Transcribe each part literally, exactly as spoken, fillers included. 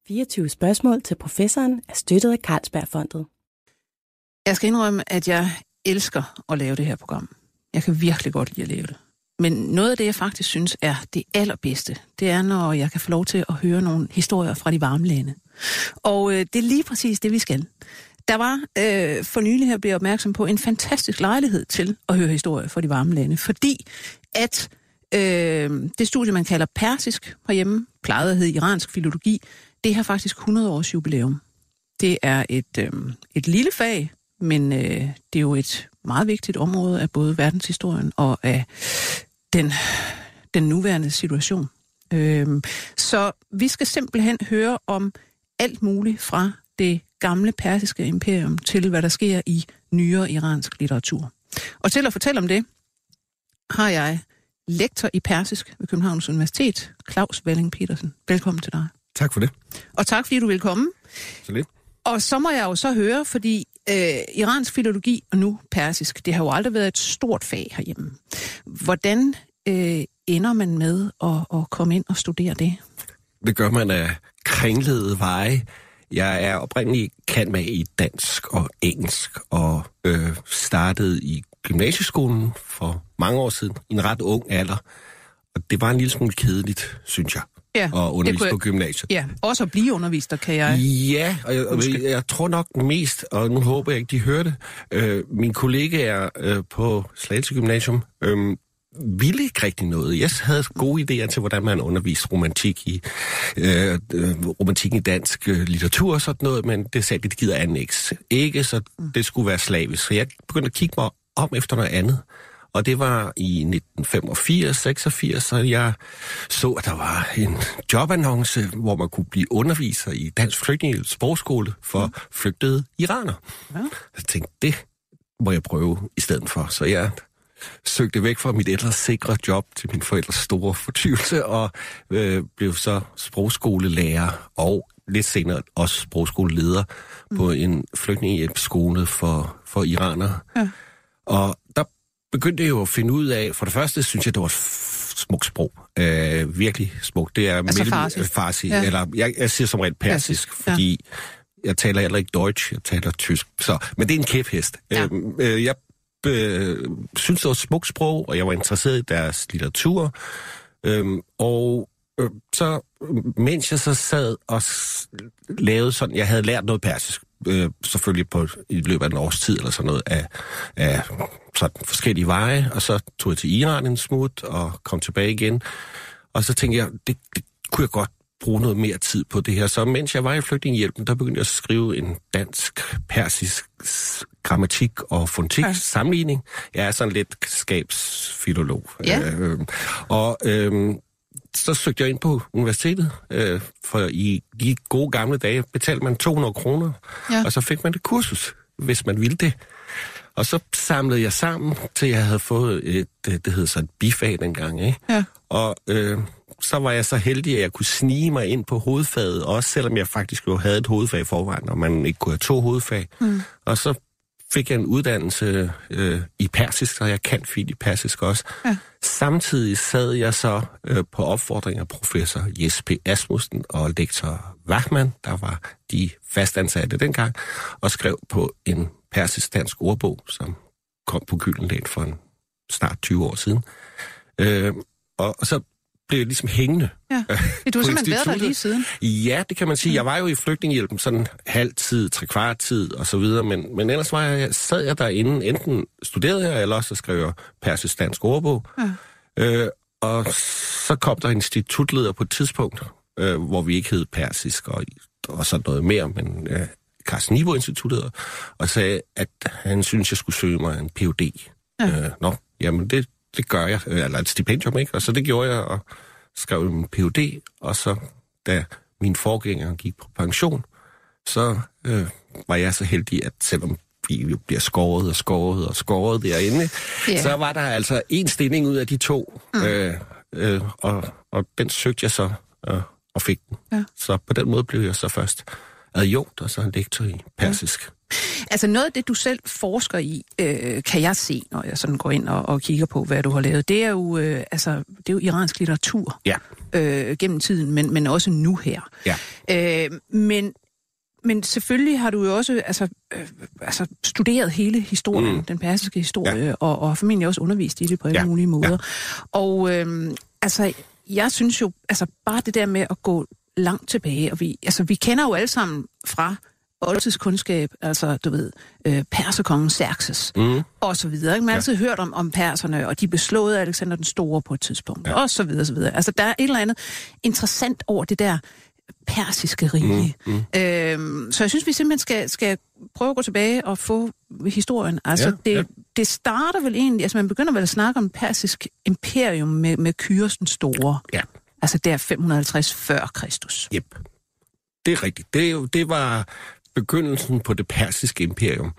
fireogtyve spørgsmål til professoren er støttet af Carlsbergfondet. Jeg skal indrømme, at jeg elsker at lave det her program. Jeg kan virkelig godt lide at lave det. Men noget af det, jeg faktisk synes er det allerbedste, det er, når jeg kan få lov til at høre nogle historier fra de varme lande. Og øh, det er lige præcis det, vi skal. Der var øh, for nylig her blevet opmærksom på en fantastisk lejlighed til at høre historier fra de varme lande, fordi at øh, det studie, man kalder persisk herhjemme, plejede at hedde iransk filologi, det har faktisk hundrede års jubilæum. Det er et, øh, et lille fag, men øh, det er jo et meget vigtigt område af både verdenshistorien og af den, den nuværende situation. Øh, så vi skal simpelthen høre om alt muligt fra det gamle persiske imperium til, hvad der sker i nyere iransk litteratur. Og til at fortælle om det, har jeg lektor i persisk ved Københavns Universitet, Claus Welling Petersen. Velkommen til dig. Tak for det. Og tak, fordi du vil komme. Så lidt. Og så må jeg jo så høre, fordi øh, iransk filologi og nu persisk, det har jo aldrig været et stort fag herhjemme. Hvordan øh, ender man med at, at komme ind og studere det? Det gør man af kringlede veje. Jeg er oprindeligt kendt med i dansk og engelsk, og øh, startede i gymnasieskolen for mange år siden, i en ret ung alder. Og det var en lille smule kedeligt, synes jeg, ja, at undervise jeg, på gymnasiet. Ja, også at blive undervist, der kan jeg... Ja, og jeg, og jeg, jeg tror nok mest, og nu håber jeg ikke, de hører det, øh, mine kollegaer øh, på Slagelse Gymnasium øh, ville ikke rigtig noget. Jeg havde gode idéer til, hvordan man underviste romantik i, øh, romantik i dansk øh, litteratur og sådan noget, men det sagde, det gider annex ikke, så det skulle være slavisk. Så jeg begyndte at kigge mig om efter noget andet. Og det var i nitten femogfirs seksogfirs, så jeg så, at der var en jobannonce, hvor man kunne blive underviser i Dansk Flygtningehjælps sprogskole for flygtede iranere. Ja. Jeg tænkte, det må jeg prøve i stedet for. Så jeg søgte væk fra mit ellers sikre job til min forældres store fortvivlelse, og øh, blev så sprogskolelærer og lidt senere også sprogskoleleder mm. på en flygtningehjælpsskole for, for iranere. Ja. Og der begyndte jeg jo at finde ud af, for det første synes jeg, det var et smukt sprog. Øh, virkelig smukt. Det er altså farsi. farsi ja. Eller jeg, jeg siger som rent persisk, persisk. Fordi ja. jeg taler heller ikke deutsch, jeg taler tysk. Så, men det er en kæphest. Ja. Øh, jeg øh, synes, det var et smukt sprog, og jeg var interesseret i deres litteratur. Øh, og øh, så, mens jeg så sad og lavede sådan, jeg havde lært noget persisk, øh, selvfølgelig på, i løbet af en års tid, eller sådan noget, af, af sådan forskellige veje, og så tog jeg til Iran en smut, og kom tilbage igen. Og så tænkte jeg, det, det kunne jeg godt bruge noget mere tid på det her. Så mens jeg var i Flygtningehjælpen, der begyndte jeg at skrive en dansk-persisk grammatik og fonetik ja. sammenligning. Jeg er sådan lidt skabsfilolog. Ja. Øh, og øh, så søgte jeg ind på universitetet, øh, for i de gode gamle dage betalte man to hundrede kroner, ja. og så fik man et kursus, hvis man ville det. Og så samlede jeg sammen, til jeg havde fået et, det, det hed så et bifag dengang, ikke? Ja. Og øh, så var jeg så heldig, at jeg kunne snige mig ind på hovedfaget, også selvom jeg faktisk jo havde et hovedfag i forvejen, og man ikke kunne have to hovedfag. Mm. Og så fik jeg en uddannelse øh, i persisk, så jeg kan fint i persisk også. Ja. Samtidig sad jeg så øh, på opfordring af professor Jes P. Asmussen og lektor Wachmann, der var de fastansatte dengang, og skrev på en persisk-dansk ordbog, som kom på Gyldendal for en snart tyve år siden. Øh, og, og så blev jeg ligesom hængende. Ja. Du har simpelthen været der lige siden. Ja, det kan man sige. Jeg var jo i Flygtningehjælpen sådan halv tid, tre kvart tid og så videre, men, men ellers var jeg, sad jeg derinde, enten studerede jeg, eller også skrev jeg persisk-dansk ordbog. Ja. Øh, og så kom der en institutleder på et tidspunkt, øh, hvor vi ikke hed persisk og, og sådan noget mere, men øh, Carsten Niveau-instituttet, og sagde, at han synes jeg skulle søge mig en P H D. Ja. Øh, nå, jamen det, det gør jeg, eller et stipendium, ikke? Og så det gjorde jeg, og skrev en P H D, og så da min forgænger gik på pension, så øh, var jeg så heldig, at selvom vi bliver skåret og skåret og skåret derinde, yeah. så var der altså en stilling ud af de to, mm. øh, øh, og, og den søgte jeg så øh, og fik den. Ja. Så på den måde blev jeg så først adjunkt og så lektor i persisk. Altså noget af det, du selv forsker i, øh, kan jeg se, når jeg sådan går ind og, og kigger på, hvad du har lavet, det er jo, øh, altså, det er jo iransk litteratur ja. øh, gennem tiden, men, men også nu her. Ja. Øh, men, men selvfølgelig har du jo også altså, øh, altså, studeret hele historien, mm. den persiske historie, ja. og, og har formentlig også undervist i det på alle ja. mulige måder. Ja. Og øh, altså, jeg synes jo, altså bare det der med at gå langt tilbage, og vi, altså, vi kender jo alle sammen fra oldtidskundskab, altså, du ved, øh, perserkongen Xerxes, mm. og så videre. Ikke? Man har ja. altid hørt om, om perserne, og de blev slået af Alexander den Store på et tidspunkt, ja. og så videre, så videre. Altså, der er et eller andet interessant over det der persiske rige. Mm. Mm. Øhm, så jeg synes, vi simpelthen skal, skal prøve at gå tilbage og få historien. Altså, ja, det, ja. det starter vel egentlig, altså man begynder vel at snakke om persisk imperium med, med Kyros den Store. Ja. Altså der fem hundrede og halvtreds før Kristus. Jep. Det er rigtigt. Det, det var begyndelsen på det persiske imperium.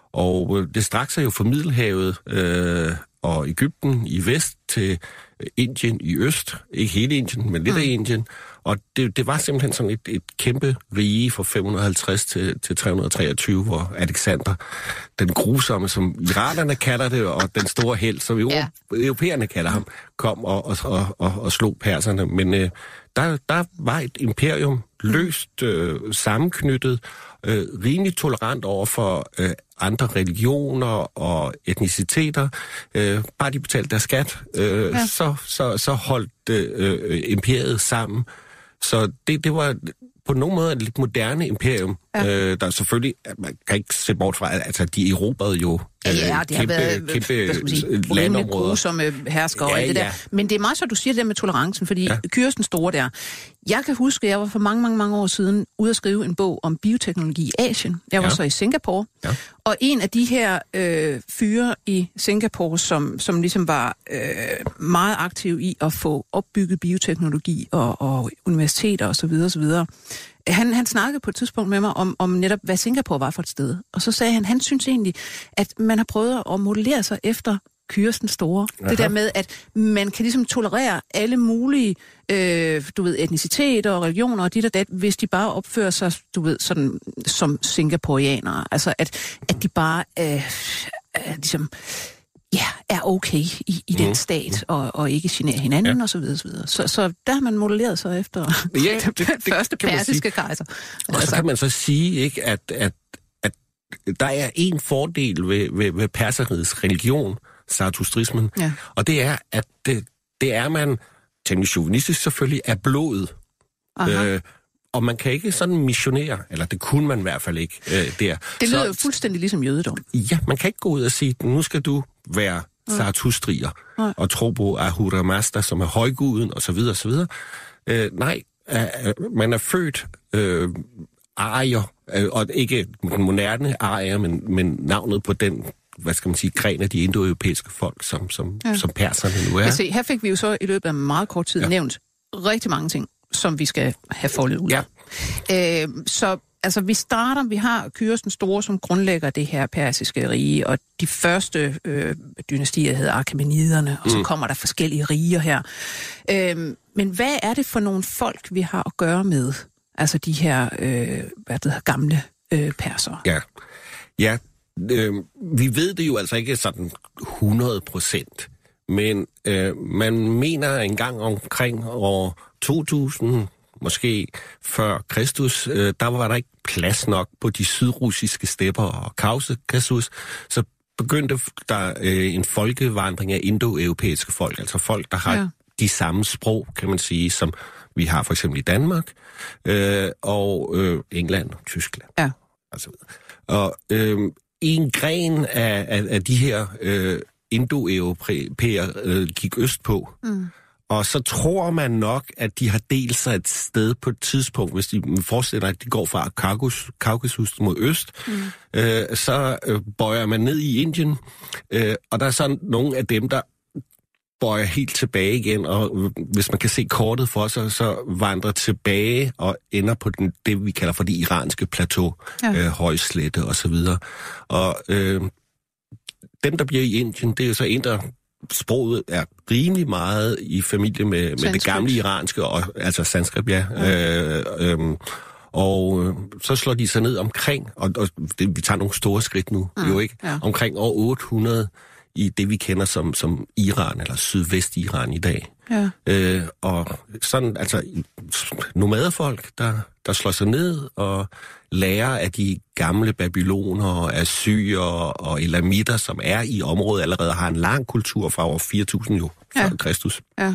Og det strakte sig jo fra Middelhavet øh, og Egypten i vest til Indien i øst. Ikke hele Indien, men lidt mm. af Indien. Og det, det var simpelthen sådan et, et kæmpe rige fra fem hundrede og halvtreds til, til tre hundrede og treogtyve, hvor Alexander, den grusomme, som iranerne kalder det, og den store held, som jo, ja. europæerne kalder ham, kom og, og, og, og, og slog perserne. Men øh, der, der var et imperium løst øh, sammenknyttet, øh, rimelig tolerant over for øh, andre religioner og etniciteter. Øh, bare de betalte deres skat, øh, ja. så, så, så holdt øh, imperiet sammen. Så det, det var på nogen måde et lidt moderne imperium. Ja. Øh, der er selvfølgelig, man kan ikke se bort fra, altså de erobrede jo ja, ja, det kæmpe, har været, kæmpe landområder. Grusomme herskere ja, og alt det ja. der. Men det er meget så, du siger det der med tolerancen, fordi ja. Kyros den Store der. Jeg kan huske, at jeg var for mange, mange, mange år siden ude at skrive en bog om bioteknologi i Asien. Jeg var ja. så i Singapore. Ja. Og en af de her øh, fyre i Singapore, som, som ligesom var øh, meget aktiv i at få opbygget bioteknologi og, og universiteter osv. osv. Han, han snakkede på et tidspunkt med mig om, om netop, hvad Singapore var for et sted. Og så sagde han, han synes egentlig, at man har prøvet at modellere sig efter Kyros den Store. Aha. Det der med, at man kan ligesom tolerere alle mulige, øh, du ved, etniciteter og religioner og dit og dat, hvis de bare opfører sig, du ved, sådan som singaporeanere. Altså, at, at de bare øh, øh, ligesom... ja, er okay i, i mm. den stat, og, og ikke generer hinanden, ja. og så videre, så videre. Så, så der har man modelleret sig efter ja, det, det, den første persiske kejser. Og altså. Så kan man så sige, ikke, at, at, at der er en fordel ved, ved, ved perserrigets religion, Zarathustrismen, ja. og det er, at det, det er man, temmelig chauvinistisk selvfølgelig, af blodet. Øh, og man kan ikke sådan missionere, eller det kunne man i hvert fald ikke øh, der. Det lyder så, jo fuldstændig ligesom jødedom. Ja, man kan ikke gå ud og sige, nu skal du være Zarathustrier ja. og tro på Ahura Mazda, som er højguden, og så videre, og så videre. Øh, nej, øh, man er født øh, arier, øh, og ikke den moderne arier, men, men navnet på den, hvad skal man sige, gren af de indoeuropæiske folk, som, som, ja. som perserne nu er. Jeg se, her fik vi jo så i løbet af meget kort tid ja. nævnt rigtig mange ting, som vi skal have foldet ud. Ja. Øh, så altså, vi starter, vi har Kyros den Store, som grundlægger det her persiske rige, og de første øh, dynastier hedder Achaemeniderne, og så mm. kommer der forskellige riger her. Øh, men hvad er det for nogle folk, vi har at gøre med? Altså de her, øh, hvad det hedder, gamle øh, persere. Ja, ja øh, vi ved det jo altså ikke sådan hundrede procent, men øh, man mener engang omkring år to tusind, måske før Kristus, øh, der var der ikke plads nok på de sydrussiske stepper og Kaukasus, så begyndte der øh, en folkevandring af indoeuropæiske folk, altså folk, der har ja. de samme sprog, kan man sige, som vi har for eksempel i Danmark, øh, og øh, England og Tyskland. Ja. Og så videre. Og øh, en gren af, af, af de her øh, indoeuropæere øh, gik østpå, mm. og så tror man nok, at de har delt sig et sted på et tidspunkt, hvis de forestiller, at de går fra Kaukasus, Kaukasus mod øst, mm. øh, så øh, bøjer man ned i Indien, øh, og der er sådan nogle af dem, der bøjer helt tilbage igen, og hvis man kan se kortet for sig, så vandrer tilbage og ender på den, det, vi kalder for det iranske plateau, ja. øh, højslette og så videre. Og øh, dem, der bliver i Indien, det er jo så en, der sproget er rimelig meget i familie med, med det gamle iranske, og, altså sanskrit, ja. Mm. Øh, øh, Og øh, så slår de sig ned omkring, og, og det, vi tager nogle store skridt nu, mm, jo ikke, ja. Omkring år otte hundrede i det, vi kender som, som Iran, eller Sydvest-Iran i dag. Ja. Øh, og sådan, altså, nomadefolk, der, der slår sig ned og lærer af de gamle babyloner, assyrer og elamitter, som er i området, allerede har en lang kultur fra år fire tusind jo, før ja. Kristus. Ja.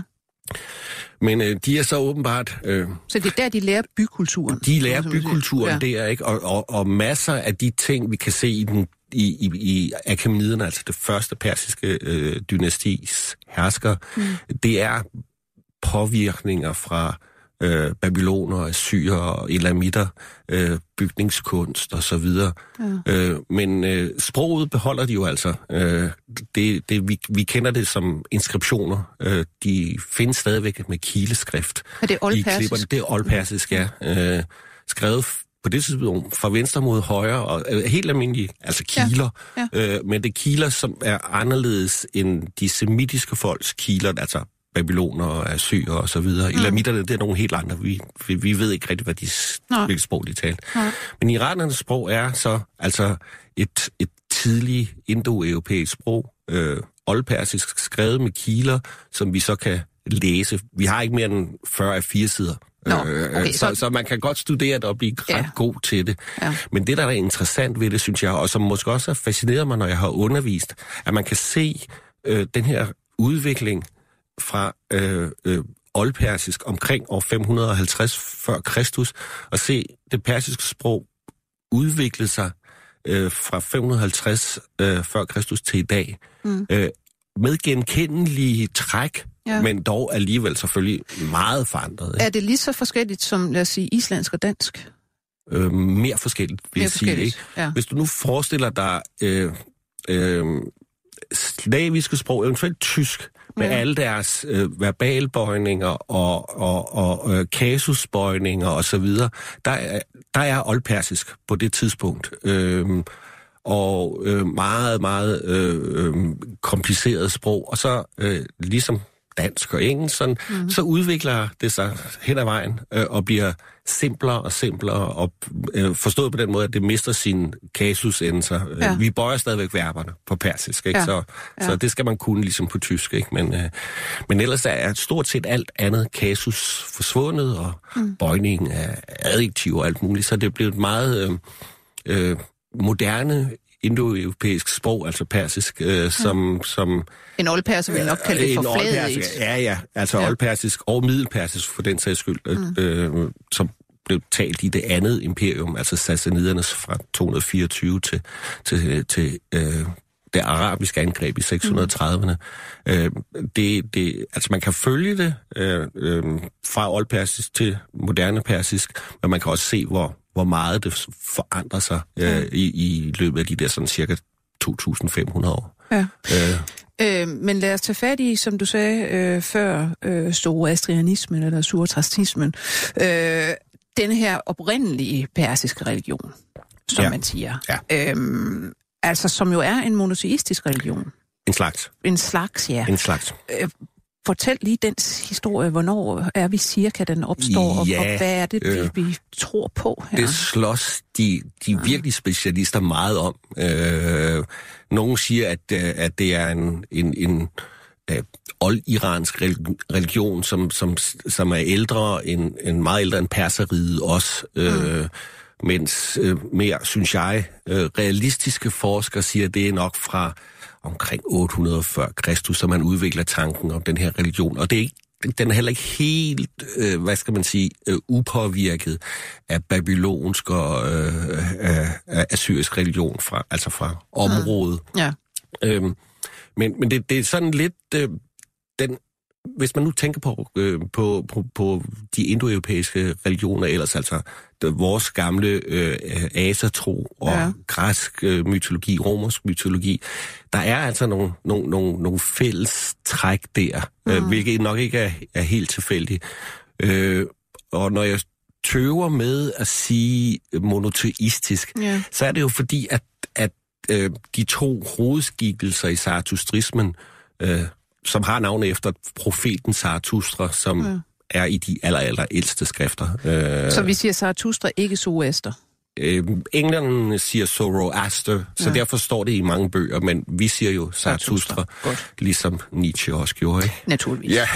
Men øh, de er så åbenbart... Øh, så det er der, de lærer bykulturen? De lærer bykulturen ja. Der, ikke? Og, og, og masser af de ting, vi kan se i den i, i, i akademierne, altså det første persiske øh, dynastis hersker, mm. det er påvirkninger fra øh, babyloner, assyrer, elamitter, øh, bygningskunst og så videre. Ja. Øh, men øh, sproget beholder de jo altså. Øh, det, det, vi, vi kender det som inskriptioner. Øh, de findes stadigvæk med kileskrift. Er det oldpersisk? Det er oldpersisk, ja. Øh, skrevet på det tidspunkt fra venstre mod højre, og øh, helt almindelige, altså kiler, ja. Ja. Øh, men det er kiler, som er anderledes end de semitiske folks kiler, altså babyloner og assyrer og så videre. Mm. Elamitterne, det er nogle helt andre. Vi, vi, vi ved ikke rigtig, hvad de, hvilket sprog de talte. Mm. Men iranernes sprog er så altså et, et tidligt indoeuropæisk sprog, øh, oldpersisk, skrevet med kiler, som vi så kan læse. Vi har ikke mere end fyrre af fire sider. Nå, okay, så, så, så man kan godt studere det og blive ret ja. god til det. Ja. Men det, der er interessant ved det, synes jeg, og som måske også har fascineret mig, når jeg har undervist, at man kan se øh, den her udvikling fra øh, øh, oldpersisk omkring år fem hundrede og halvtreds før Kristus, og se det persiske sprog udvikle sig øh, fra fem hundrede og halvtreds øh, før Kristus til i dag. Mm. Øh, med genkendelige træk, ja. Men dog alligevel selvfølgelig meget forandret. Ikke? Er det lige så forskelligt som, lad os sige, islandsk og dansk? Øh, mere forskelligt, vil mere jeg sige. Ikke? Ja. Hvis du nu forestiller dig øh, øh, slaviske sprog, eventuelt tysk, med ja. Alle deres øh, verbalbøjninger og, og, og øh, kasusbøjninger og så videre, der er, der er oldpersisk på det tidspunkt. Øh, og øh, meget, meget øh, kompliceret sprog. Og så øh, ligesom dansk og engelsk, sådan, mm-hmm. så udvikler det sig hen ad vejen øh, og bliver simplere og simplere, og øh, forstået på den måde, at det mister sin kasusendelser. Ja. Vi bøjer stadigvæk verberne på persisk, ikke? Ja. Så, ja. Så det skal man kunne ligesom på tysk, ikke? Men, øh, men ellers er stort set alt andet kasus forsvundet, og mm. bøjning af adjektiver og alt muligt, så det er blevet meget øh, øh, moderne indoeuropæisk sprog, altså persisk, øh, som, mm. som... En oldperser vil nok kalde det for fladigt. Ja, ja, altså ja. Oldpersisk og middelpersisk for den sags skyld, mm. øh, som blev talt i det andet imperium, altså sassanidernes fra to hundrede og fireogtyve til, til, til øh, det arabiske angreb i seks hundrede og trediverne. Mm. Øh, det, det, altså man kan følge det øh, øh, fra oldpersisk til moderne persisk, men man kan også se, hvor hvor meget det forandrer sig øh, ja. i, i løbet af de der sådan cirka to tusind fem hundrede år. Ja. Øh. Øh, men lad os tage fat i, som du sagde øh, før, øh, zoroastrianismen eller zoroastrismen, øh, denne her oprindelige persiske religion, som ja. Man siger. Ja. Øh, altså, som jo er en monoteistisk religion. En slags. En slags, ja. En slags. Øh, Fortæl lige dens historie. Hvornår er vi cirka, den opstår, ja, og, og hvad er det, øh, vi tror på her? Det slås de, de virkelig specialister meget om. Øh, nogle siger, at, at det er en, en, en uh, old-iransk religion, som, som, som er ældre, en, en meget ældre end perseriget også. Mm. Øh, mens øh, mere, synes jeg, øh, realistiske forskere siger, at det er nok fra omkring otte hundrede før Kristus, så man udvikler tanken om den her religion. Og det er ikke, den er heller ikke helt, øh, hvad skal man sige, øh, upåvirket af babylonsk og øh, øh, assyrisk religion, fra, altså fra området. Ja. Øhm, men men det, det er sådan lidt, øh, den, hvis man nu tænker på, øh, på, på, på de indoeuropæiske religioner ellers, altså vores gamle øh, asatro og ja. Græsk øh, mytologi, romersk mytologi, der er altså nogle, nogle, nogle, nogle fælles træk der, mm. øh, hvilket nok ikke er, er helt tilfældigt. Øh, og når jeg tøver med at sige monoteistisk, ja. Så er det jo fordi, at, at øh, de to hovedskikkelser i zaratustrismen, øh, som har navnet efter profeten Zarathustra, som ja. er i de aller, aller ældste skrifter. Øh, så vi siger Zarathustra, ikke Zoroaster? Øh, englænderne siger Zoroaster, så ja. Derfor står det i mange bøger, men vi siger jo Zarathustra, ligesom Nietzsche også gjorde, ikke? Naturligvis. Ja.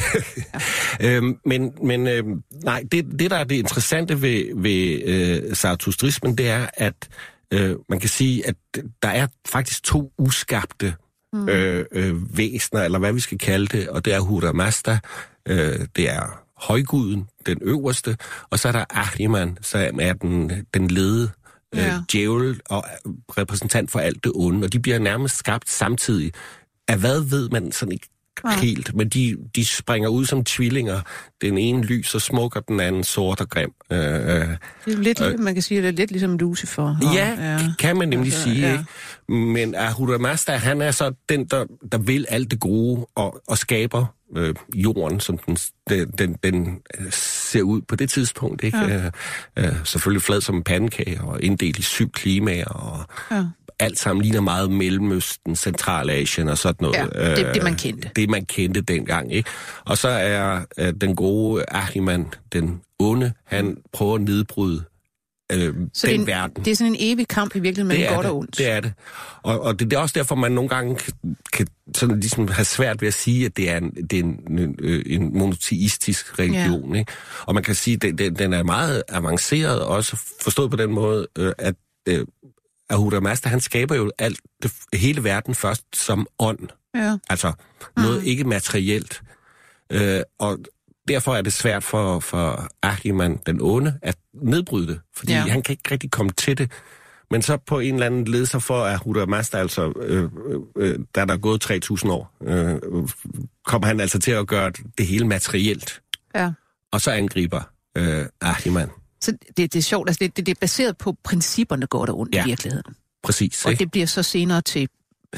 ja. øhm, men men øh, nej, det, det der er det interessante ved, ved øh, zarathustrismen, det er, at øh, man kan sige, at der er faktisk to uskabte mm. øh, øh, væsener, eller hvad vi skal kalde det, og det er Ahura Mazda, øh, det er højguden, den øverste, og så er der Ahriman, som er den, den lede ja. øh, djævel og repræsentant for alt det onde, og de bliver nærmest skabt samtidig. Af hvad ved man sådan ikke ja. helt, men de, de springer ud som tvillinger. Den ene lys og smuk, og den anden sort og grim. Øh, det er lidt, øh, man kan sige, det er lidt ligesom Lucifer. Og, ja, ja, kan man nemlig altså, sige. Ja. Ikke? Men Ahura Mazda, han er så den, der, der vil alt det gode og, og skaber øh, jorden, som den, den, den, den ser ud på det tidspunkt. Ikke? Ja. Øh, øh, selvfølgelig flad som en pandekage og inddelt i syv klimaer og ja. alt sammen ligner meget Mellemøsten, Centralasien og sådan noget. Ja, det er det, man kendte. Det, man kendte dengang, ikke? Og så er øh, den gode Ahriman, den onde, han prøver at nedbryde øh, den det en, verden. Det er sådan en evig kamp i virkeligheden mellem godt det, og ondt. Det er det. Og, og det, det er også derfor, man nogle gange kan, kan sådan ligesom have svært ved at sige, at det er en, det er en, en, en monoteistisk religion. Ja. Ikke? Og man kan sige, at den, den er meget avanceret, også forstået på den måde, øh, at øh, Ahura Mazda, han skaber jo alt, det, hele verden først som ånd. Ja. Altså noget mm. ikke materielt. Øh, og derfor er det svært for, for Ahriman, den onde, at nedbryde det. Fordi ja. han kan ikke rigtig komme til det. Men så på en eller anden led, så får Ahura Mazda altså, øh, øh, da der er gået tre tusind år, øh, kommer han altså til at gøre det hele materielt. Ja. Og så angriber øh, Ahriman. Så det, det er sjovt, altså det, det, det er baseret på principperne godt og ondt ja, i virkeligheden. Præcis. Og ikke? det bliver så senere til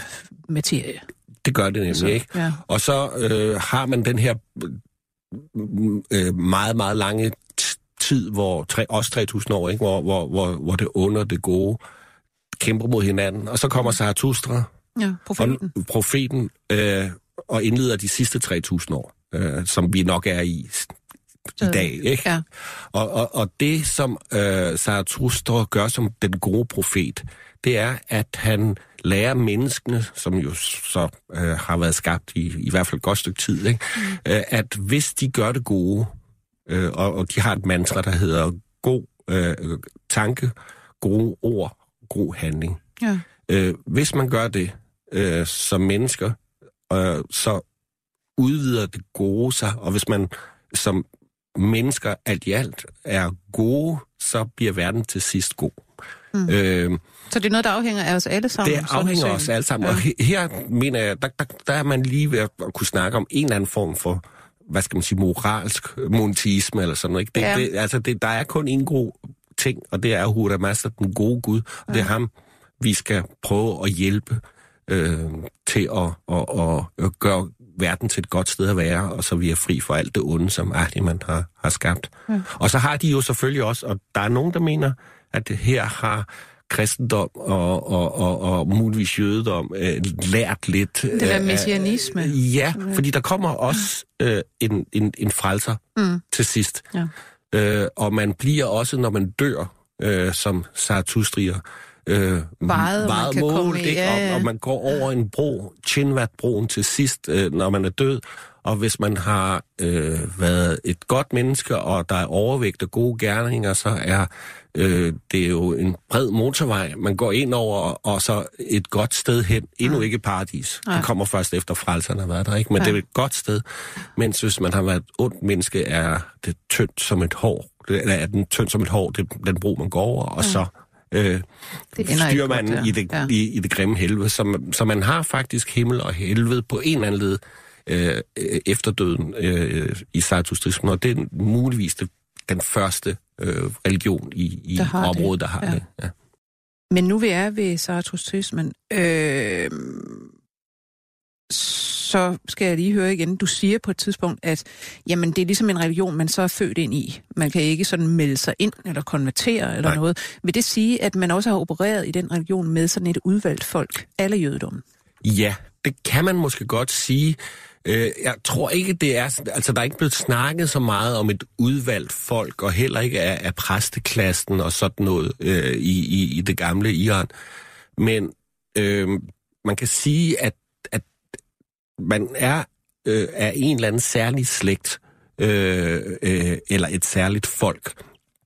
materie. Det gør det nemlig, så, ikke? Ja. Og så øh, har man den her øh, meget, meget lange tid, hvor tre, også tre tusind år, ikke? Hvor, hvor, hvor, hvor det onde og det gode kæmper mod hinanden. Og så kommer Zarathustra, ja, profeten, og, profeten øh, og indleder de sidste tre tusind år, øh, som vi nok er i i dag, ikke? Ja. Og, og, og det, som øh, Zarathustra gør som den gode profet, det er, at han lærer menneskene, som jo så øh, har været skabt i, i hvert fald et godt stykke tid, ikke? Mm. Øh, at hvis de gør det gode, øh, og, og de har et mantra, der hedder god øh, tanke, gode ord, god handling. Ja. Øh, hvis man gør det øh, som mennesker, øh, så udvider det gode sig, og hvis man som mennesker alt i alt er gode, så bliver verden til sidst god. Mm. Øh, så det er noget, der afhænger af os alle sammen? Det afhænger af os alle sammen. Ja. Og her, her mener jeg, der, der, der er man lige ved at kunne snakke om en eller anden form for, hvad skal man sige, moralsk monoteisme eller sådan noget. Ikke? Det, ja. det, altså det, der er kun en god ting, og det er Ahura Mazda, den gode Gud. Og ja. Det er ham, vi skal prøve at hjælpe øh, til at, at, at, at gøre verden til et godt sted at være, og så vi er fri for alt det onde, som Ahriman har, har skabt. Ja. Og så har de jo selvfølgelig også, og der er nogen, der mener, at her har kristendom og, og, og, og muligvis jødedom øh, lært lidt. Det der øh, messianisme. Øh, ja, ja, fordi der kommer også øh, en, en, en frelser mm. til sidst. Ja. Øh, og man bliver også, når man dør, øh, som Zarathustrier, øh, meget mål, ikke? Ja, ja. Og, og man går over en bro, Chinvat-broen til sidst, øh, når man er død. Og hvis man har øh, været et godt menneske, og der er overvægt og gode gerninger, så er øh, det er jo en bred motorvej, man går ind over, og så et godt sted hen. Endnu ja. ikke paradis. Ja. Det kommer først efter frelserne har været der, ikke? Men ja. det er et godt sted. Mens hvis man har været et ondt menneske, er det tyndt som et hår. Eller er den tyndt som et hår, det er den bro, man går over, og ja. så øh, styrer man godt, ja. i, det, ja. i, i det grimme helvede. Så, så man har faktisk himmel og helvede på en eller anden led øh, efter døden øh, i Zarathustrismen, og det er muligvis det, den første øh, religion i, i området, der har ja. det. Ja. Men nu vi er ved Zarathustrismen, øh, så skal jeg lige høre igen. Du siger på et tidspunkt, at jamen, det er ligesom en religion, man så er født ind i. Man kan ikke sådan melde sig ind eller konvertere eller Nej. noget. Vil det sige, at man også har opereret i den religion med sådan et udvalgt folk, alle jødedommen? Ja, det kan man måske godt sige. Øh, jeg tror ikke, det er... Altså, der er ikke blevet snakket så meget om et udvalgt folk, og heller ikke af, af præsteklassen og sådan noget øh, i, i, i det gamle Iran. Men øh, man kan sige, at, at man er øh, af en eller anden særlig slægt, øh, øh, eller et særligt folk,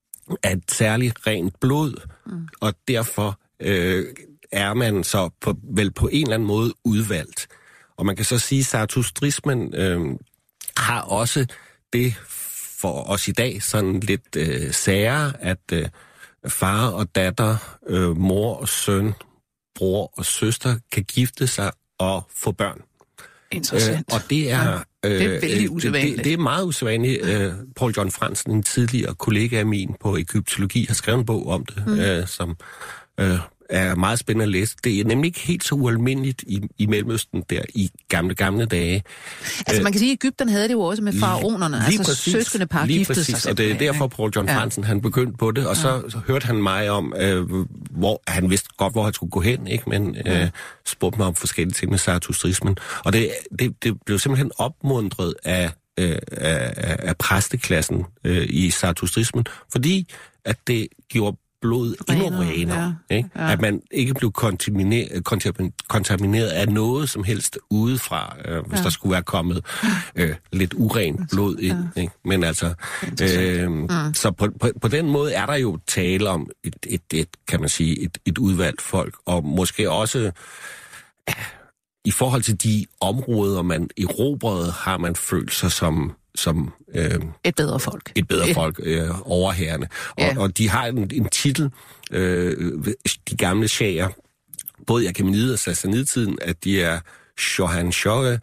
af et særligt rent blod, mm. og derfor øh, er man så på, vel på en eller anden måde udvalgt. Og man kan så sige, at Zarathustrismen øh, har også det for os i dag sådan lidt øh, sære, at øh, far og datter, øh, mor og søn, bror og søster kan gifte sig og få børn. Interessant. Øh, og det er... Ja, det er vældig usædvanligt. Det, det er meget usædvanligt. Øh, Poul John Fransen, en tidligere kollega af min på egyptologi, har skrevet en bog om det, mm. øh, som øh, er meget spændende at læse. Det er nemlig ikke helt så ualmindeligt i, i Mellemøsten der i gamle, gamle dage. Altså man kan sige, at Egypten havde det jo også med faraonerne, altså præcis, søskende par giftede sig. Og det er derfor, Poul John Fransen, ja. han begyndte på det, og så, ja. så hørte han mig om, øh, hvor han vidste godt, hvor han skulle gå hen, ikke? Men øh, spurgte mig om forskellige ting med Zarathustrismen. Og det, det, det blev simpelthen opmuntret af, øh, af, af præsteklassen øh, i Zarathustrismen, fordi at det gjorde blod endnu renere, ja. Ikke? Ja. At man ikke blev kontamineret, kontamineret af noget som helst udefra, øh, hvis ja. der skulle være kommet øh, lidt urent blod ind. Ja. Ikke? Men altså, øh, mm. så på, på, på den måde er der jo tale om et, et, et kan man sige, et, et udvalgt folk, og måske også ja, i forhold til de områder, man erobrede, har man følt sig som som øh, et bedre folk. Et bedre folk, øh, overherrende. Ja. Og, og de har en, en titel, øh, de gamle shaher, både i Achaemenid og Sassanid-tiden, at de er Shohanshah,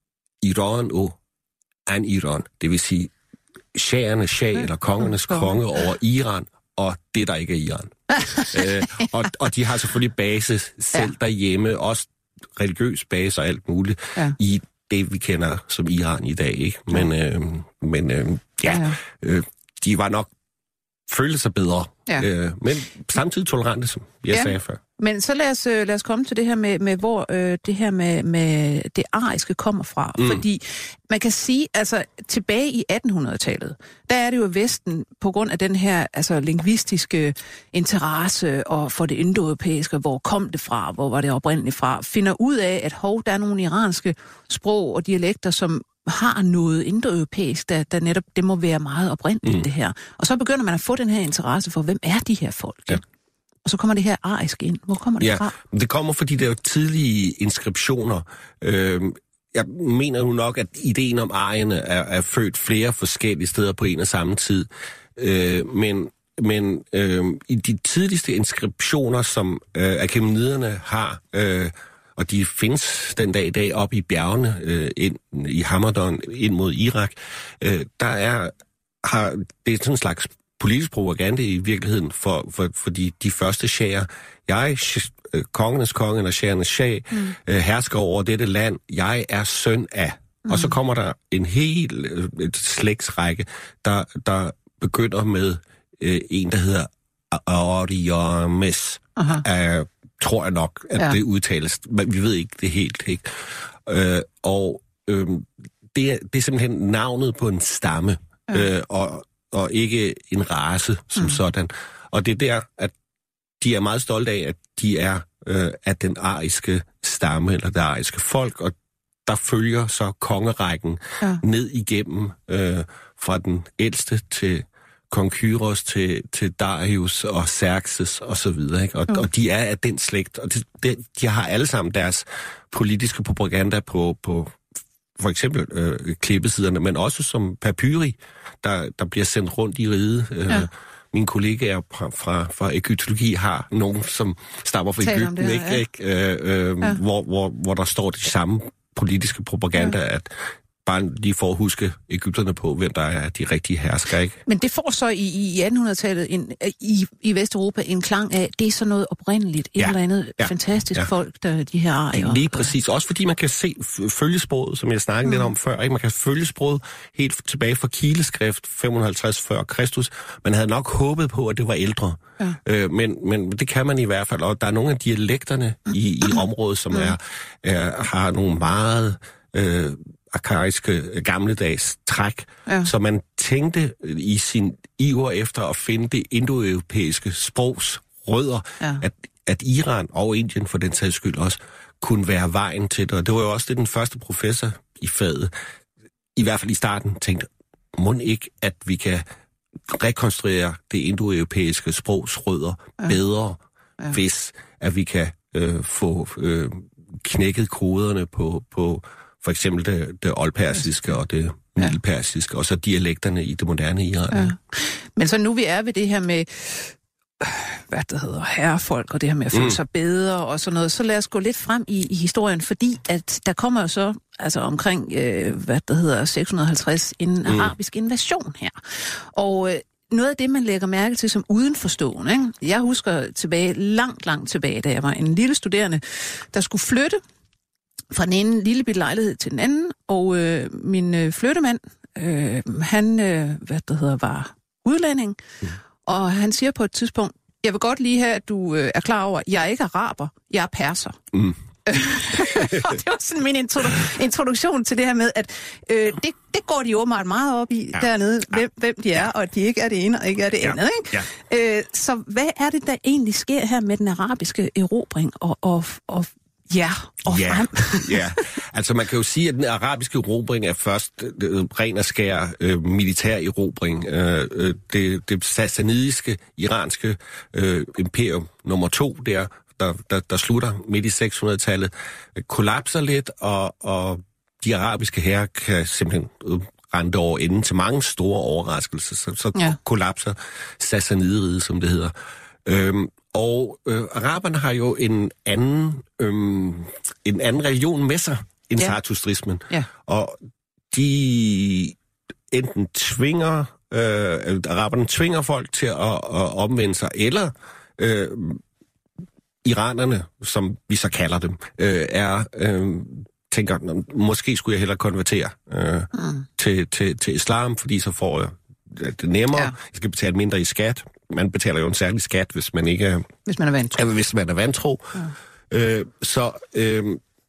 Iran og An-Iran. Det vil sige, shaherne, shah, eller kongernes konge over Iran, og det, der ikke er Iran. øh, og, og de har selvfølgelig base selv ja. derhjemme, også religiøs base og alt muligt, ja. i det, vi kender som Iran i dag, ikke? Men, ja. øh, men øh, ja, ja. Øh, de var nok følte sig bedre, ja. øh, men samtidig tolerante, som jeg ja. sagde før. Men så lad os, lad os komme til det her med, med hvor øh, det her med, med det ariske kommer fra. Mm. Fordi man kan sige, altså tilbage i attenhundredetallet, der er det jo Vesten, på grund af den her altså, lingvistiske interesse og for det indoeuropæiske, hvor kom det fra, hvor var det oprindeligt fra, finder ud af, at hov, der er nogle iranske sprog og dialekter, som har noget indoeuropæisk, der, der netop, det må være meget oprindeligt, mm. det her. Og så begynder man at få den her interesse for, hvem er de her folk? Ja. Og så kommer det her arisk ind. Hvor kommer det ja, fra? Det kommer, fordi der er tidlige inskriptioner. Øh, jeg mener jo nok, at ideen om arierne er, er født flere forskellige steder på en og samme tid. Øh, men men øh, i de tidligste inskriptioner, som øh, achaemeniderne har, øh, og de findes den dag i dag op i bjergene øh, ind, i Hamadan, ind mod Irak, øh, der er, har, det er sådan en slags politisk propaganda i virkeligheden, for, for, fordi de første shaher, jeg, kongernes konge eller shahernes shah, mm. øh, hersker over dette land, jeg er søn af. Mm. Og så kommer der en hel et slægtsrække, der, der begynder med øh, en, der hedder Ariames. Uh, tror jeg nok, at ja. det udtales. Men vi ved ikke det helt, ikke? Øh, og øh, det, er, det er simpelthen navnet på en stamme, ja. øh, og og ikke en race som mm. sådan. Og det er der, at de er meget stolte af, at de er øh, af den ariske stamme, eller det ariske folk, og der følger så kongerækken ja. ned igennem, øh, fra den ældste til kong Kyros, til, til Darius og Xerxes og så videre. Ikke? Og, mm. og de er af den slægt, og de, de, de har alle sammen deres politiske propaganda på, på for eksempel øh, klippesiderne, men også som papyri, der, der bliver sendt rundt i riget. Øh, ja. Mine kollegaer fra, fra, fra egyptologi har nogen, som stammer fra Egypten, det her, ikke, ja. ikke? Øh, øh, ja. hvor, hvor, hvor der står de samme politiske propaganda, ja. at bare lige for at huske egypterne på, hvem der er de rigtige herskere, ikke? Men det får så i, i attenhundredetallet en, i, i Vesteuropa en klang af, det er sådan noget oprindeligt, et ja. eller andet ja. fantastisk ja. folk, der de her arier. Lige præcis. Også fordi man kan se følgesproget, som jeg snakkede mm. lidt om før, ikke? Man kan følge sproget helt tilbage fra kileskrift fem hundrede og halvtreds før Kristus. Man havde nok håbet på, at det var ældre. Ja. Øh, men, men det kan man i hvert fald, og der er nogle af dialekterne i, i området, som mm. er, er, har nogle meget... Øh, arkaiske gamledags træk, ja. så man tænkte i sin iver efter at finde det indoeuropæiske sprogs rødder, ja. at, at Iran og Indien for den sags skyld også kunne være vejen til det. Og det var jo også det, den første professor i faget, i hvert fald i starten, tænkte, må ikke, at vi kan rekonstruere det indoeuropæiske sprogs rødder ja. bedre, ja. hvis at vi kan øh, få øh, knækket koderne på, på for eksempel det, det oldpersiske og det middelpersiske, ja. og så dialekterne i det moderne Iran. Ja. Men så nu vi er ved det her med hvad det hedder, herrefolk, og det her med at føle mm. sig bedre og sådan noget, så lad os gå lidt frem i, i historien, fordi at der kommer jo så altså omkring, øh, hvad det hedder, seks hundrede og halvtreds en mm. arabisk invasion her. Og øh, noget af det, man lægger mærke til som udenforstående, ikke? Jeg husker tilbage, langt, langt tilbage, da jeg var en lille studerende, der skulle flytte fra den ene lille bitte lejlighed til den anden, og øh, min øh, flyttemand, øh, han, øh, hvad det hedder, var udlænding, mm. og han siger på et tidspunkt, jeg vil godt lige have, at du øh, er klar over, at jeg er ikke araber, jeg er perser. Mm. Og det var sådan min introdu- introduktion til det her med, at øh, det, det går de åbenbart meget op i ja. dernede, hvem, hvem de er, og at de ikke er det ene og ikke er det ja. andet. Ikke? Ja. Øh, så hvad er det, der egentlig sker her med den arabiske erobring og, og, og Ja, og ja, frem. ja, altså man kan jo sige, at den arabiske erobring er først øh, ren og skær øh, militær erobring. Øh, øh, det, det sassanidiske, iranske øh, imperium nummer to der, der, der, der slutter midt i seks hundrede-tallet, øh, kollapser lidt, og, og de arabiske hære kan simpelthen øh, rende over enden til mange store overraskelser. Så, så ja. kollapser Sassanideriget, som det hedder. Øhm, og øh, araberne har jo en anden, øhm, en anden religion med sig end ja. Zaratustrismen. Ja. Og de enten tvinger, øh, araberne tvinger folk til at, at omvende sig, eller øh, iranerne, som vi så kalder dem, øh, er... Øh, tænker, måske skulle jeg hellere konvertere øh, mm. til, til, til islam, fordi så får jeg det nemmere. Ja. Jeg skal betale mindre i skat. Man betaler jo en særlig skat, hvis man ikke er... Hvis man er vantro. Ja, hvis man er vantro. Ja. Øh, så øh,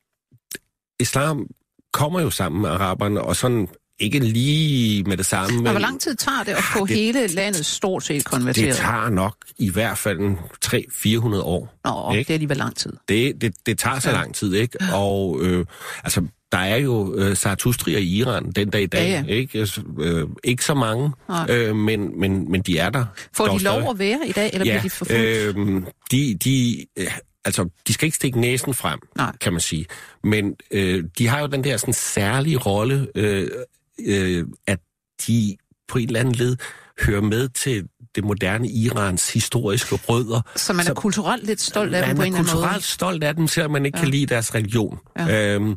islam kommer jo sammen med araberne, og sådan ikke lige med det samme. Men hvor lang tid tager det at få det, hele landet stort set konverteret? Det tager nok i hvert fald tre til fire hundrede år. Nå, ikke? Det er alligevel lang tid. Det, det, det tager så ja. lang tid, ikke? Og øh, altså, der er jo øh, Zaratustrier i Iran den dag i dag, ja, ja. ikke? Øh, ikke så mange, øh, men, men, men de er der. Får de lov at være i dag, eller ja, bliver de forfulgt? Øh, de, de, øh, altså, de skal ikke stikke næsen frem, Nej. kan man sige. Men øh, de har jo den der sådan særlige rolle, øh, øh, at de på en eller anden led hører med til det moderne Irans historiske rødder. Så man er så, kulturelt lidt stolt af dem på en eller anden måde? Man er kulturelt stolt af dem, selvom man ikke ja. kan lide deres religion. Ja. Øhm,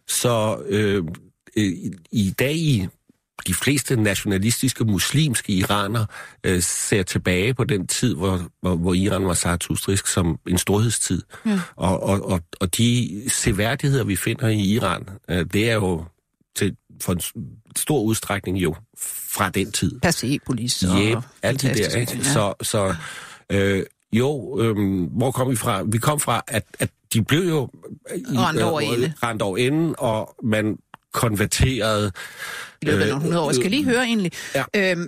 så øh, i, i dag i de fleste nationalistiske muslimske iranere øh, ser tilbage på den tid, hvor, hvor, hvor Iran var zaratustrisk som en storhedstid. Ja. Og, og, og, og de seværdigheder, vi finder i Iran, øh, det er jo til, for en stor udstrækning jo fra den tid. Persepolis og ja, alt det der, ikke? Ja. Så, så øh, jo, øh, hvor kom vi fra? Vi kom fra, at, at de blev jo rendt over ende. Rendt over enden, og man konverterede... I løbet af nogle hundrede år. Jeg skal lige høre egentlig. Ja. Øhm,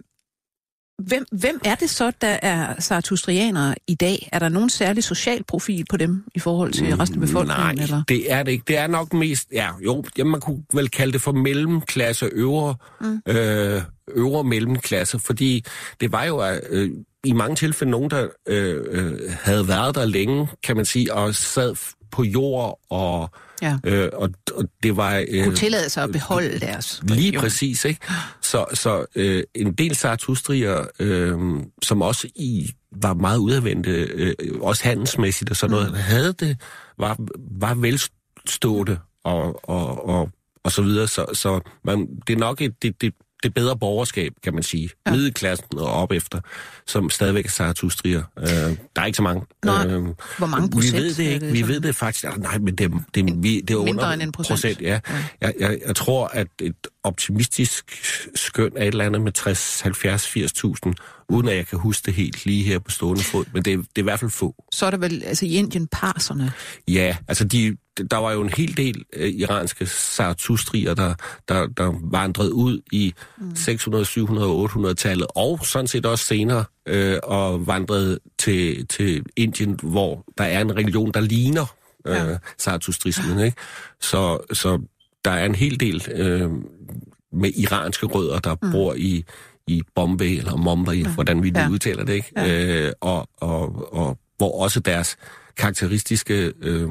hvem, hvem er det så, der er zaratustrianere i dag? Er der nogen særlig social profil på dem i forhold til resten af befolkningen? Nej, eller? det er det ikke. Det er nok mest... Ja, jo, jamen, man kunne vel kalde det for mellemklasse, øvre, mm. øh, øvre mellemklasse, fordi det var jo... Øh, i mange tilfælde nogen, der øh, øh, havde været der længe, kan man sige, og sad på jord, og, ja. øh, og, og det var... Øh, kunne tillade sig at beholde deres lige religion. Præcis, ikke? Så, så øh, en del zaratustrier, øh, som også i var meget udadvendte, øh, også handelsmæssigt og sådan noget, mm. havde det, var, var velstående og, og, og, og så videre. Så, så man, det er nok et... Det, det, det bedre borgerskab, kan man sige. Ja. Middelklassen og op efter, som stadigvæk er zaratustrier. Øh, der er ikke så mange. Nej. Øh, Hvor mange procent? Vi ved det ikke. Det vi ved det faktisk. Altså, nej, men det, det, vi, det er under mindre end en procent. procent ja. Ja. Jeg, jeg, jeg tror, at et optimistisk skøn er et eller andet med tres, halvfjerds, firs tusind, uden at jeg kan huske det helt lige her på stående fod. Men det, det er i hvert fald få. Så er der vel altså i Indien parserne? Ja, altså de... der var jo en hel del øh, iranske Zarathustrier, der, der, der vandrede ud i mm. seks hundrede, syv hundrede og otte hundrede-tallet, og sådan set også senere, øh, og vandrede til, til Indien, hvor der er en religion, der ligner øh, ja. Zarathustrismen, ikke? Så, så der er en hel del øh, med iranske rødder, der mm. bor i, i Bombay, eller Mumbai, mm. hvordan vi nu ja. udtaler det, ikke? Ja. Øh, og, og, og hvor også deres karakteristiske øh,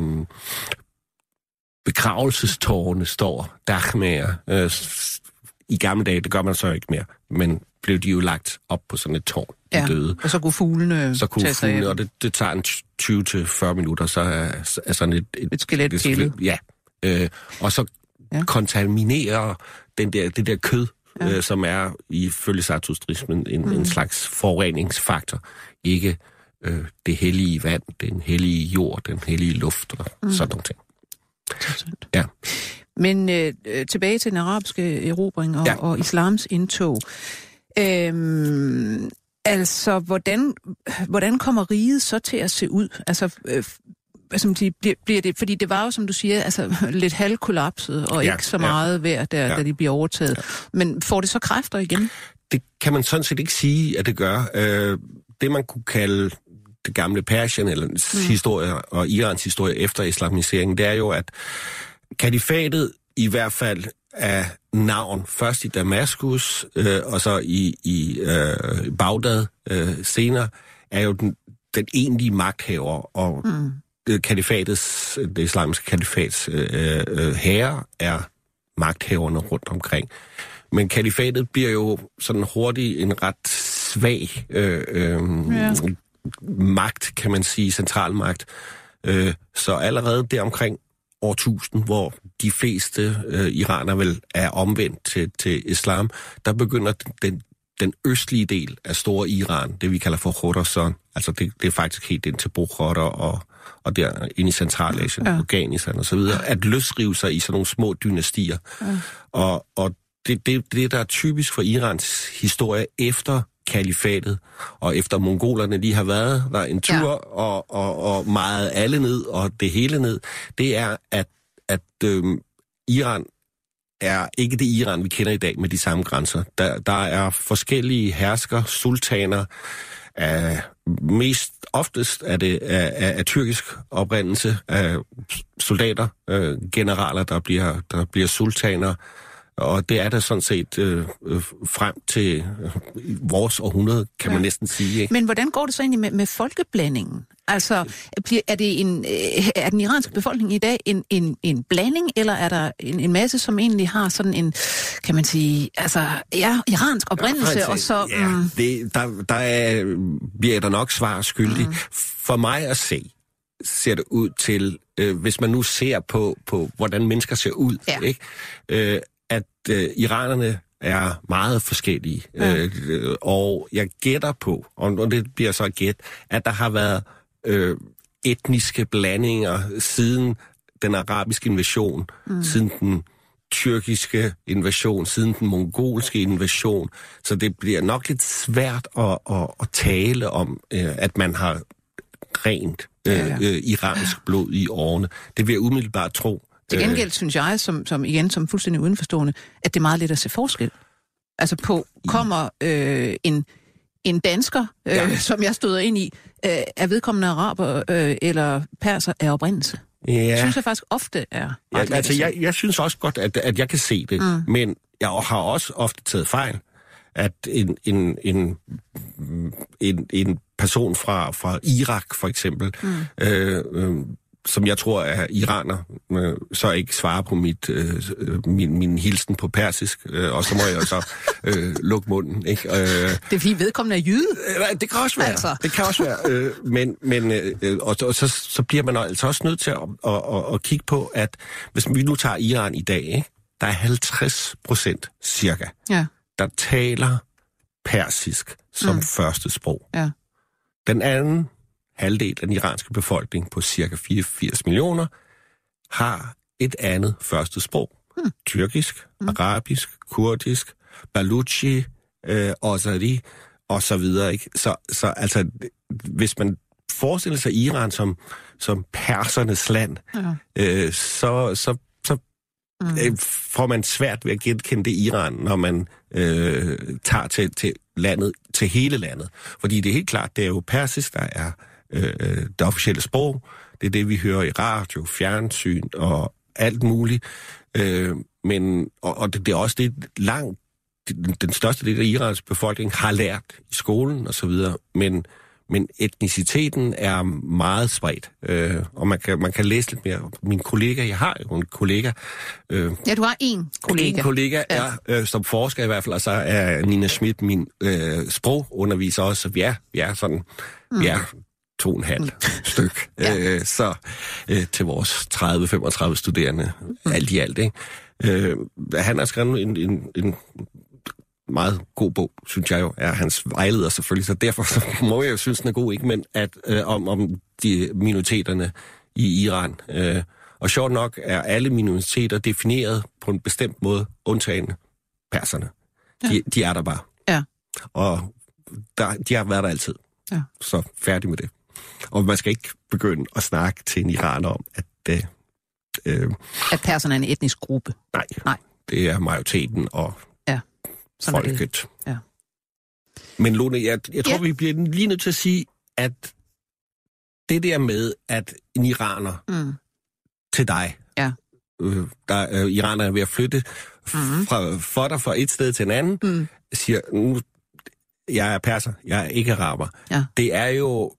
begravelsestårne står, dachmager. Øh, I gamle dage, det gør man så ikke mere, men blev de jo lagt op på sådan et tårn, de ja, døde. Og så kunne fuglene Så kunne fuglene, og det, det tager en tyve til fyrre minutter, så er, er sådan et... Et, et skelet til. Ja, øh, og så ja. kontaminerer den der, det der kød, ja. øh, som er ifølge Zarathustrismen en, mm. en slags forureningsfaktor. Ikke øh, det hellige vand, den hellige jord, den hellige luft og mm. sådan nogle ting. Ja. Men øh, tilbage til den arabiske erobring og, ja. og islams indtog. Øhm, altså, hvordan, hvordan kommer riget så til at se ud? Altså, øh, altså bliver, bliver det, fordi det var jo, som du siger, altså, lidt halvkollapset og ja, ikke så meget ja. værd, der, ja. da de bliver overtaget. Ja. Men får det så kræfter igen? Det kan man sådan set ikke sige, at det gør. Øh, det, man kunne kalde det gamle Persien, eller mm. historie og Irans historie efter islamiseringen, det er jo, at kalifatet i hvert fald af navn, først i Damaskus, øh, og så i, i øh, Bagdad øh, senere, er jo den, den egentlige magthaver, og mm. det, kalifatets, det islamiske kalifats øh, øh, herre er magthaverne rundt omkring. Men kalifatet bliver jo sådan hurtigt en ret svag øh, øh, ja. magt, kan man sige, centralmagt. Øh, så allerede deromkring årtusind, hvor de fleste øh, iranere vel er omvendt til, til islam, der begynder den, den østlige del af store Iran, det vi kalder for Khorasan, altså det, det er faktisk helt ind til Bukhara og, og der ind i Centralasien, ja. Afghanistan og så videre, at løsrive sig i sådan nogle små dynastier. Ja. Og, og det, det, det, der er typisk for Irans historie efter kalifatet, og efter mongolerne lige har været der en tur, ja. og, og, og meget alle ned, og det hele ned, det er, at, at øhm, Iran er ikke det Iran, vi kender i dag med de samme grænser. Der, der er forskellige hersker, sultaner, af, mest oftest er det af, af, af tyrkisk oprindelse, af soldater, øh, generaler, der bliver, der bliver sultaner, og det er der sådan set øh, frem til øh, vores århundrede, kan ja. man næsten sige. Ikke? Men hvordan går det så egentlig med, med folkeblandingen? Altså, er, det en, er den iranske befolkning i dag en, en, en blanding, eller er der en, en masse, som egentlig har sådan en, kan man sige, altså, ja, iransk oprindelse, ja, og så... Ja, mm. det, der, der er, bliver der nok svar skyldig. Mm. For mig at se, ser det ud til, øh, hvis man nu ser på, på hvordan mennesker ser ud, ja. ikke? Øh, at øh, iranerne er meget forskellige, ja. øh, og jeg gætter på, og det bliver så gæt, at der har været øh, etniske blandinger siden den arabiske invasion, mm. siden den tyrkiske invasion, siden den mongolske invasion, så det bliver nok lidt svært at, at, at tale om, øh, at man har rent øh, ja, ja. Øh, iransk blod i årene. Det vil jeg umiddelbart tro. Til gengæld synes jeg, som, som igen som fuldstændig udenforstående, at det er meget let at se forskel. Altså på, kommer øh, en, en dansker, øh, ja. som jeg støder ind i, øh, er vedkommende araber øh, eller perser af oprindelse? Ja. Det synes jeg faktisk ofte er ret ja, altså jeg, jeg synes også godt, at, at jeg kan se det, mm. men jeg har også ofte taget fejl, at en, en, en, en, en person fra, fra Irak for eksempel, mm. øh, øh, som jeg tror er iraner, øh, så ikke svarer på mit, øh, min, min hilsen på persisk, øh, og så må jeg så øh, lukke munden. Ikke? Øh, det er fordi vedkommende er jyde? Øh, det kan også være. Altså. Det kan også være. Øh, men men øh, og, og så, så bliver man altså også nødt til at, at, at, at kigge på, at hvis vi nu tager Iran i dag, ikke? Der er halvtreds procent cirka, ja. der taler persisk som mm. første sprog. Ja. Den anden halvdel af den iranske befolkning på cirka fireogfirs millioner har et andet første sprog. Hmm. Tyrkisk, hmm. arabisk, kurdisk, baluchi, øh, ozari og så videre. Ikke? Så, så altså, hvis man forestille sig Iran som, som persernes land, ja. øh, så, så, så mm. øh, får man svært ved at genkende det Iran, når man øh, tager til, til landet, til hele landet. Fordi det er helt klart, det er jo persisk, der er øh, det officielle sprog. Det er det, vi hører i radio, fjernsyn og alt muligt. Øh, men, og, og det, det er også det langt, den største del af Irans befolkning har lært i skolen og så videre, men, men etniciteten er meget spredt, øh, og man kan, man kan læse lidt mere. Min kollega, jeg har jo en kollega. Øh, ja, du har en kollega. En kollega, ja. er, øh, som forsker i hvert fald, og så er Nina Schmidt min øh, sprogunderviser også, så vi er, vi er sådan, mm. vi er to og en halv styk, ja. øh, så øh, til vores tredive til femogtredive studerende, mm. alt i alt, ikke? Øh, han har skrevet en, en, en meget god bog, synes jeg jo, er hans vejleder selvfølgelig, så derfor så må jeg jo synes, den er god, ikke? Men at, øh, om, om de minoriteterne i Iran. Øh, og sjovt nok er alle minoriteter defineret på en bestemt måde, undtagen perserne. Ja. De, de er der bare. Ja. Og der, de har været der altid. Ja. Så færdig med det. Og man skal ikke begynde at snakke til en iraner om, at øh, øh, at perserne er en etnisk gruppe. Nej, nej. Det er majoriteten og ja. folket. Ja. Men Lone, jeg, jeg tror, ja. vi bliver lige nødt til at sige, at det der med, at en iraner mm. til dig, ja. øh, der øh, iraner er ved at flytte mm. fra, for dig fra et sted til en anden, mm. siger, nu, jeg er perser, jeg er ikke araber. Ja. Det er jo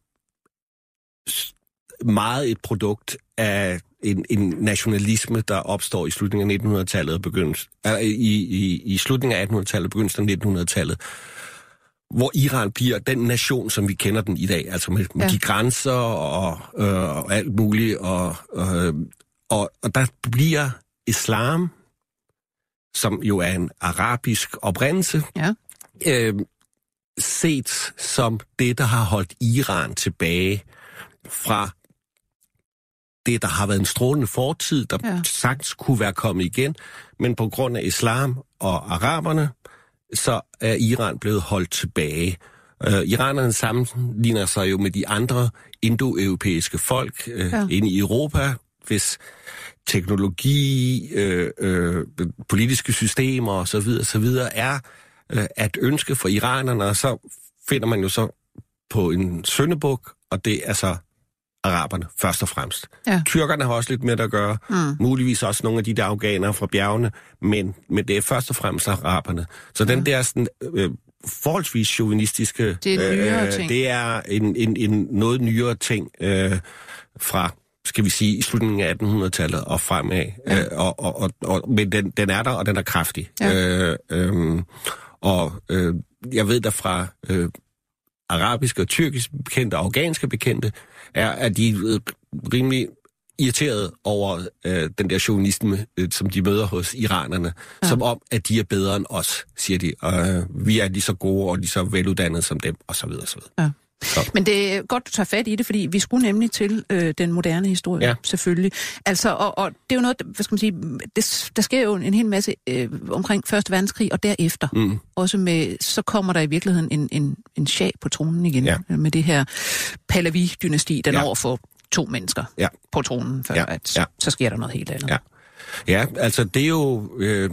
meget et produkt af en, en nationalisme, der opstår i slutningen af nittenhundredetallet og begyndelsen, øh, i, i, i slutningen af attenhundredetallet og begyndelsen af nittenhundredetallet, hvor Iran bliver den nation, som vi kender den i dag, altså med, med ja. de grænser og, øh, og alt muligt, og, øh, og, og der bliver islam, som jo er en arabisk oprindelse, ja. øh, set som det, der har holdt Iran tilbage fra det, der har været en strålende fortid, der ja. sagtens kunne være kommet igen, men på grund af islam og araberne, så er Iran blevet holdt tilbage. Uh, iranerne sammenligner sig jo med de andre indoeuropæiske folk uh, ja. inde i Europa, hvis teknologi, øh, øh, politiske systemer osv. osv. er øh, at ønske for iranerne, og så finder man jo så på en syndebuk, og det er så araberne først og fremmest. Ja. Tyrkerne har også lidt med at gøre, mm. muligvis også nogle af de der afghanere fra bjergene, men, men det er først og fremmest araberne. Så ja. den der sådan, øh, forholdsvis chauvinistiske, det er, nyere øh, ting. Det er en, en, en noget nyere ting øh, fra, skal vi sige, i slutningen af attenhundredetallet og fremad. Ja. Øh, og, og, og, og, men den, den er der, og den er kraftig. Ja. Øh, øh, og øh, jeg ved der fra øh, arabiske og tyrkiske bekendte og afghanske bekendte, er, at de er rimelig irriteret over øh, den der chauvinisme, øh, som de møder hos iranerne, ja. som om, at de er bedre end os, siger de. Og øh, vi er lige så gode og lige så veluddannede som dem, og så videre, så videre. Ja. Så. Men det er godt, du tager fat i det, fordi vi skulle nemlig til øh, den moderne historie, ja. selvfølgelig. Altså, og, og det er jo noget, hvad skal man sige, det, der sker jo en hel masse øh, omkring første verdenskrig og derefter. Mm. Også med, så kommer der i virkeligheden en, en, en shah på tronen igen, ja. med det her Pahlavi-dynasti, den ja. overfor to mennesker ja. på tronen, før ja. at ja. så sker der noget helt andet. Ja, ja altså det er jo... Øh...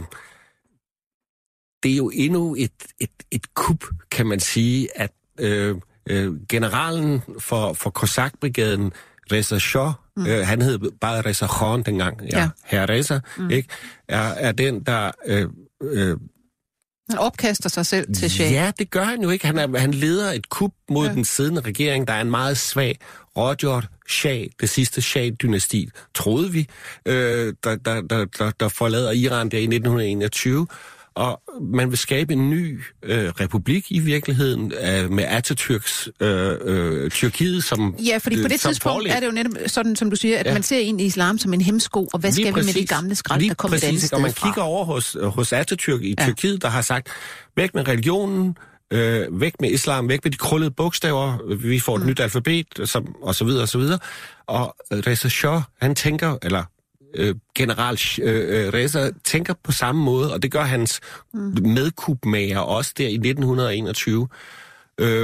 Det er jo endnu et, et, et kup, kan man sige, at øh, øh, generalen for, for Kosakbrigaden, Reza Shah, mm. øh, han hed bare Reza Khan dengang, ja, ja. herre Reza, mm. ikke, er, er den, der... Øh, øh, han opkaster sig selv til Shah. Ja, det gør han jo ikke. Han, er, han leder et kup mod ja. den siddende regering, der er en meget svag Rojor Shah, det sidste Shah-dynasti, troede vi, øh, der, der, der, der, der forlader Iran der i nitten enogtyve. Og man vil skabe en ny øh, republik i virkeligheden øh, med Atatürks øh, øh, Tyrkiet som ja, fordi på det tidspunkt forlæg. Er det jo netop sådan, som du siger, at ja. man ser egentlig islam som en hemsko, og hvad lige skal præcis, vi med de gamle skrald, der kommer et andet sted fra? Og man kigger over hos, hos Atatürk i ja. Tyrkiet, der har sagt, væk med religionen, øh, væk med islam, væk med de krøllede bogstaver, vi får et mm. nyt alfabet, som, og så videre, og så videre. Og Reza Shah, han tænker, eller... Øh, general øh, Reza tænker på samme måde, og det gør hans mm. medkupmager også der i nitten enogtyve. Øh,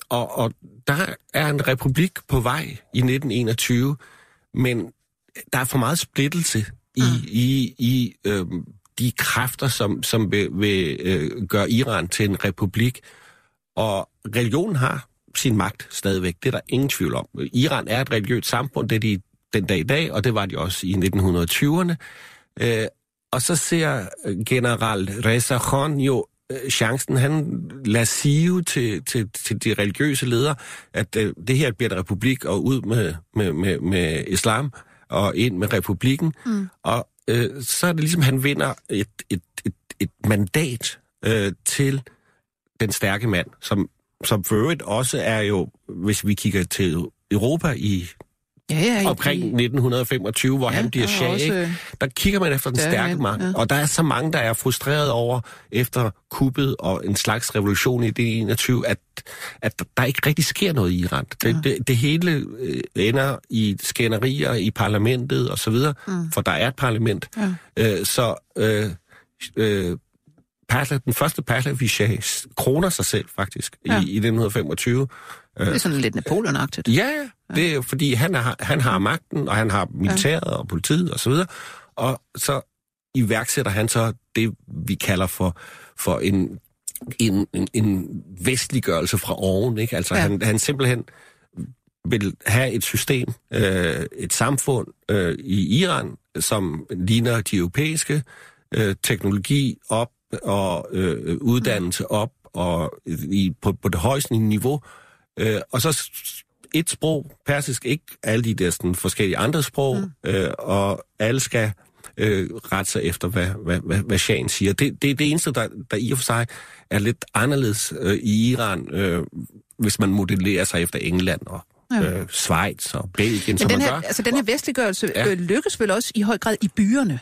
og, og der er en republik på vej i nitten enogtyve, men der er for meget splittelse i, mm. i, i øh, de kræfter, som, som vil, vil øh, gøre Iran til en republik. Og religionen har sin magt stadigvæk, det er der ingen tvivl om. Iran er et religiøst samfund, det er de den dag i dag, og det var de også i nitten tyverne. Øh, og så ser general Reza Khan jo øh, chancen, han lader sige til, til, til de religiøse ledere, at øh, det her bliver et republik, og ud med, med, med, med islam, og ind med republikken. Mm. Og øh, så er det ligesom, han vinder et, et, et, et mandat øh, til den stærke mand, som, som for øvrigt også er jo, hvis vi kigger til Europa i ja, ja, omkring i... nitten femogtyve, hvor ja, han bliver shah, også... der kigger man efter den stærke, stærke mand. Ja. Og der er så mange, der er frustreret over, efter kuppet og en slags revolution i det enogtyve, at, at der ikke rigtig sker noget i Iran. Det, ja. det, det hele øh, ender i skænderier i parlamentet og så videre, mm. for der er et parlament. Ja. Øh, så øh, øh, Pahlavi, den første Pahlavi-shah kroner sig selv faktisk ja. i, i nitten femogtyve. Det er sådan lidt Napoleon-agtigt. Ja, ja. Det er fordi, han, er, han har magten, og han har militæret ja. og politiet og så videre. Og så iværksætter han så det, vi kalder for, for en, en, en, en vestliggørelse fra oven. Ikke? Altså, ja. han, han simpelthen vil have et system, øh, et samfund øh, i Iran, som ligner de europæiske, øh, teknologi op og øh, uddannelse op og i, på, på det højeste niveau. Øh, og så et sprog, persisk, ikke alle de der sådan, forskellige andre sprog, mm. øh, og alle skal øh, rette sig efter, hvad, hvad, hvad, hvad shahen siger. Det, det er det eneste, der, der i og for sig er lidt anderledes øh, i Iran, øh, hvis man modellerer sig efter England og ja. øh, Schweiz og Belgien, som den man her, gør. Altså den her vestliggørelse ja. øh, lykkes vel også i høj grad i byerne?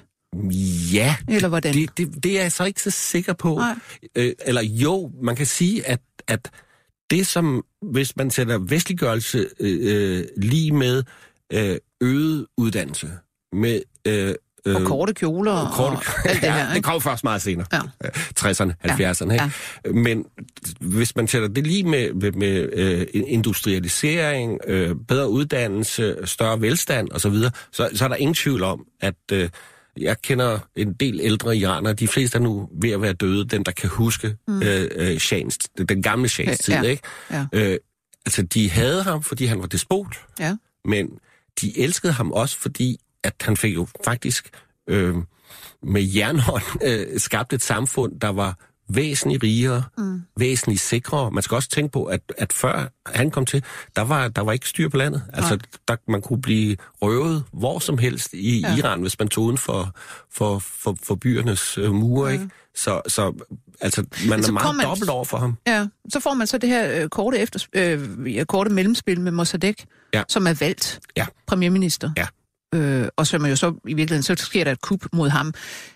Ja, eller hvordan? Det, det, det er jeg så ikke så sikker på. Øh, eller jo, man kan sige, at, at det som, hvis man sætter vestliggørelse øh, lige med øh, øget uddannelse, med øh, og korte kjoler og, korte, og alt det her, ja, det kommer først meget senere. Ja. tresserne, halvfjerdserne. Ja. Ja. Men hvis man sætter det lige med, med, med øh, industrialisering, øh, bedre uddannelse, større velstand osv., så, så, så er der ingen tvivl om, at øh, jeg kender en del ældre iranere, de fleste er nu ved at være døde, den der kan huske mm. øh, Shahens, den gamle Shahens tid, ja. ikke? Ja. Øh, altså, de havde ham, fordi han var despot, ja. men de elskede ham også, fordi at han fik jo faktisk øh, med jernhånd øh, skabt et samfund, der var væsentligt rigere, mm. væsentligt sikrere. Man skal også tænke på, at, at før han kom til, der var, der var ikke styr på landet. Nej. Altså, der, man kunne blive røvet hvor som helst i ja. Iran, hvis man tog uden for, for, for, for byernes øh, mure, ja. ikke? Så, så altså, man så er meget man, dobbelt over for ham. Ja, så får man så det her øh, korte, efter, øh, korte mellemspil med Mossadegh, ja. som er valgt ja. premierminister. Ja. Øh, og så er man jo så i virkeligheden, så sker der et kup mod ham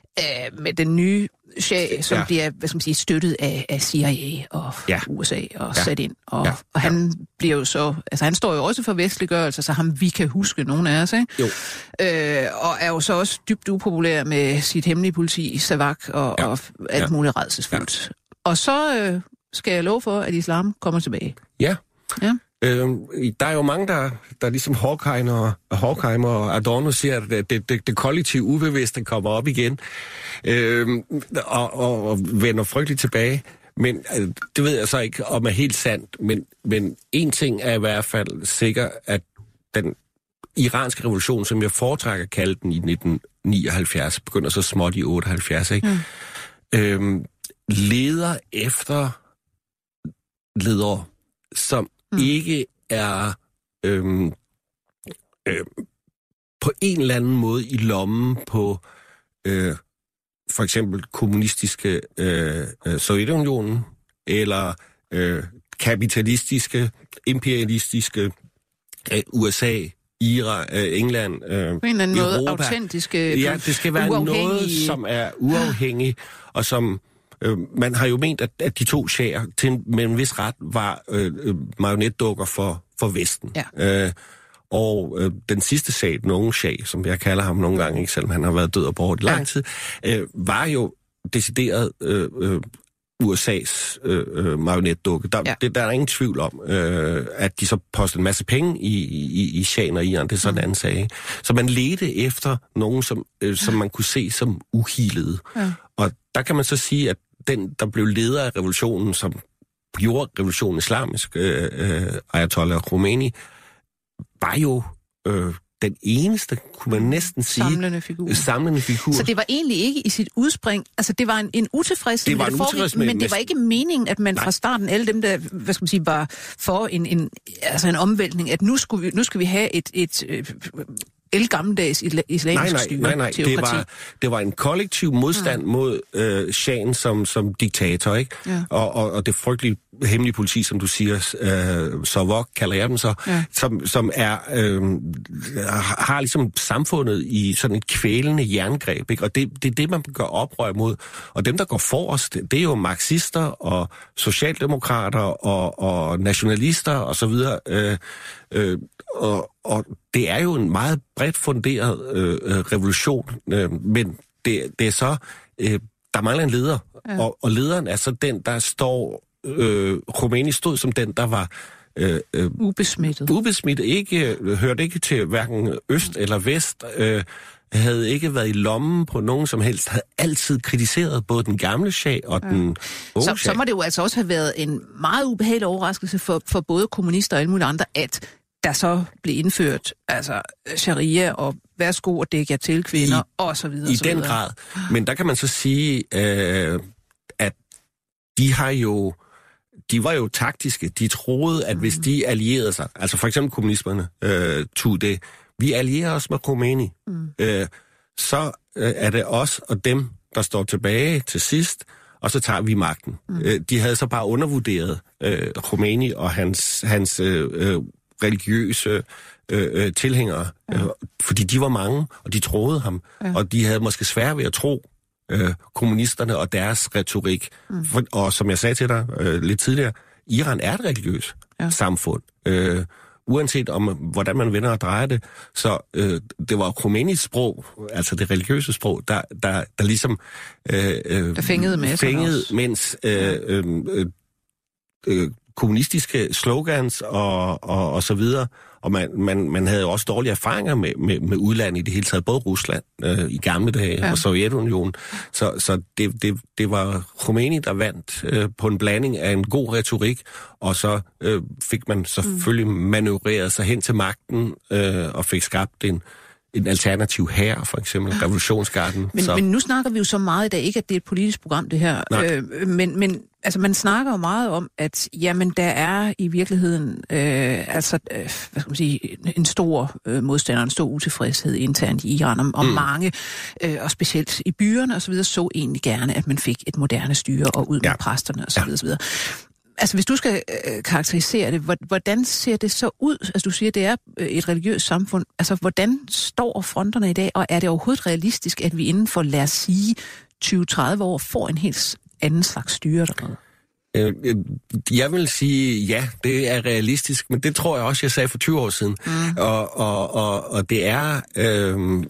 øh, med den nye shah, som ja. bliver, hvad skal man sige, støttet af, af C I A og ja. U S A og ja. sat ind. Og, ja. og han ja. bliver jo så, altså han står jo også for vestliggørelse, så ham vi kan huske, nogle af os, ikke? Jo. Øh, og er jo så også dybt upopulær med sit hemmelige politi, Savak og, ja. og alt ja. muligt rædselsfuldt. Ja. Og så øh, skal jeg love for, at islam kommer tilbage. Ja. Ja. Øhm, der er jo mange, der, der ligesom Horkheimer og, Horkheimer og Adorno siger, at det, det, det kollektive ubevidste kommer op igen øhm, og, og, og vender frygteligt tilbage. Men øh, det ved jeg så ikke, om er helt sandt. Men, men en ting er i hvert fald sikker, at den iranske revolution, som jeg foretrækker at kalde den i nitten nioghalvfjerds, begynder så småt i otteoghalvfjerds, ikke? Mm. Øhm, leder efter ledere, som Mm. ikke er øhm, øh, på en eller anden måde i lommen på øh, for eksempel kommunistiske øh, øh, Sovjetunionen eller øh, kapitalistiske, imperialistiske øh, U S A, Iran, øh, England, øh, på en eller anden Europa. Måde autentiske, ja, det skal være noget, som er uafhængig og som Øh, man har jo ment, at, at de to shaher til med en vis ret var øh, marionetdukker for, for Vesten. Ja. Øh, og øh, den sidste shah, den unge shah, som jeg kalder ham nogle gange, ikke, selvom han har været død og bort i lang tid, øh, var jo decideret øh, øh, U S A's øh, øh, marionetdukke. Der, ja. det, der er ingen tvivl om, øh, at de så postede en masse penge i, i, i Shahen og Iran. Det er sådan en mm. anden sag. Ikke? Så man ledte efter nogen, som, øh, som man kunne se som uhilede. Ja. Og der kan man så sige, at den, der blev leder af revolutionen, som gjorde revolutionen islamisk, øh, øh, Ayatollah Khomeini, var jo øh, den eneste, kunne man næsten sige, samlende figur. samlende figur. Så det var egentlig ikke i sit udspring, altså det var en, en utilfredshed, det var en det utilfredshed, men det var ikke meningen, at man Nej. fra starten, alle dem, der, hvad skal man sige, var for en, en, altså en omvæltning, at nu skulle vi, nu skal vi have et, et, et elgammeldags islamisk nej, nej, styre. Nej, nej, det var, det var en kollektiv modstand mm. mod øh, Shahen som, som diktator, ikke? Ja. Og, og, og det frygtelige hemmelige politi, som du siger, øh, Sovok kalder jeg dem så, ja. som, som er, øh, har ligesom samfundet i sådan et kvælende jerngreb, ikke? Og det, det er det, man gør oprør mod. Og dem, der går forrest, det er jo marxister og socialdemokrater og, og nationalister og så videre. Øh, øh, og, og det er jo en meget bredt funderet øh, revolution, øh, men det, det er så, øh, der mangler en leder, ja. og, og lederen er så den, der står, øh, Khomeini stod som den, der var øh, øh, ubesmittet. Ubesmittet, ikke, øh, hørte ikke til hverken øst eller vest, øh, havde ikke været i lommen på nogen som helst, havde altid kritiseret både den gamle shah og ja. den unge så, shah. Så må det jo altså også have været en meget ubehagelig overraskelse for, for både kommunister og alle mulige andre, at der så blev indført altså sharia og værsgo og dække jer til kvinder, I, og så videre. I så den videre. grad. Men der kan man så sige, øh, at de har jo, de var jo taktiske. De troede, at mm. hvis de allierede sig, altså for eksempel kommunisterne øh, tog det, vi allierer os med Khomeini, mm. øh, så øh, er det os og dem, der står tilbage til sidst, og så tager vi magten. Mm. Øh, de havde så bare undervurderet øh, Khomeini og hans, hans øh, øh, religiøse øh, tilhængere, ja. øh, fordi de var mange, og de troede ham, ja. og de havde måske svært ved at tro øh, kommunisterne og deres retorik. Mm. For, og som jeg sagde til dig øh, lidt tidligere, Iran er et religiøst ja. samfund. Øh, uanset om, hvordan man vender og drejer det, så øh, det var Khomeinis sprog, altså det religiøse sprog, der, der, der ligesom øh, øh, der fængede, med fængede mens øh, øh, øh, øh, kommunistiske slogans og, og, og så videre, og man, man, man havde også dårlige erfaringer med, med, med udlandet i det hele taget, både Rusland øh, i gamle dage ja. og Sovjetunionen. Så, så det, det, det var Khomeini, der vandt øh, på en blanding af en god retorik, og så øh, fik man selvfølgelig mm. manøvreret sig hen til magten øh, og fik skabt en en alternativ hær, for eksempel revolutionsgarden. Men, men nu snakker vi jo så meget i dag, ikke at det er et politisk program, det her, øh, men, men altså, man snakker jo meget om, at jamen, der er i virkeligheden øh, altså, øh, hvad skal man sige, en stor øh, modstander, en stor utilfredshed internt i Iran, og, og mm. mange, øh, og specielt i byerne og så videre, så egentlig gerne, at man fik et moderne styre og ud med ja. præsterne og så videre, ja. så videre. Altså, hvis du skal øh, karakterisere det, hvordan ser det så ud? Altså, du siger, det er et religiøst samfund. Altså, hvordan står fronterne i dag, og er det overhovedet realistisk, at vi inden for, lad os sige, tyve til tredive år får en helt anden slags styre dernede? Øh, jeg vil sige, ja, det er realistisk, men det tror jeg også, jeg sagde for tyve år siden. Mm. Og, og, og, og det er øh,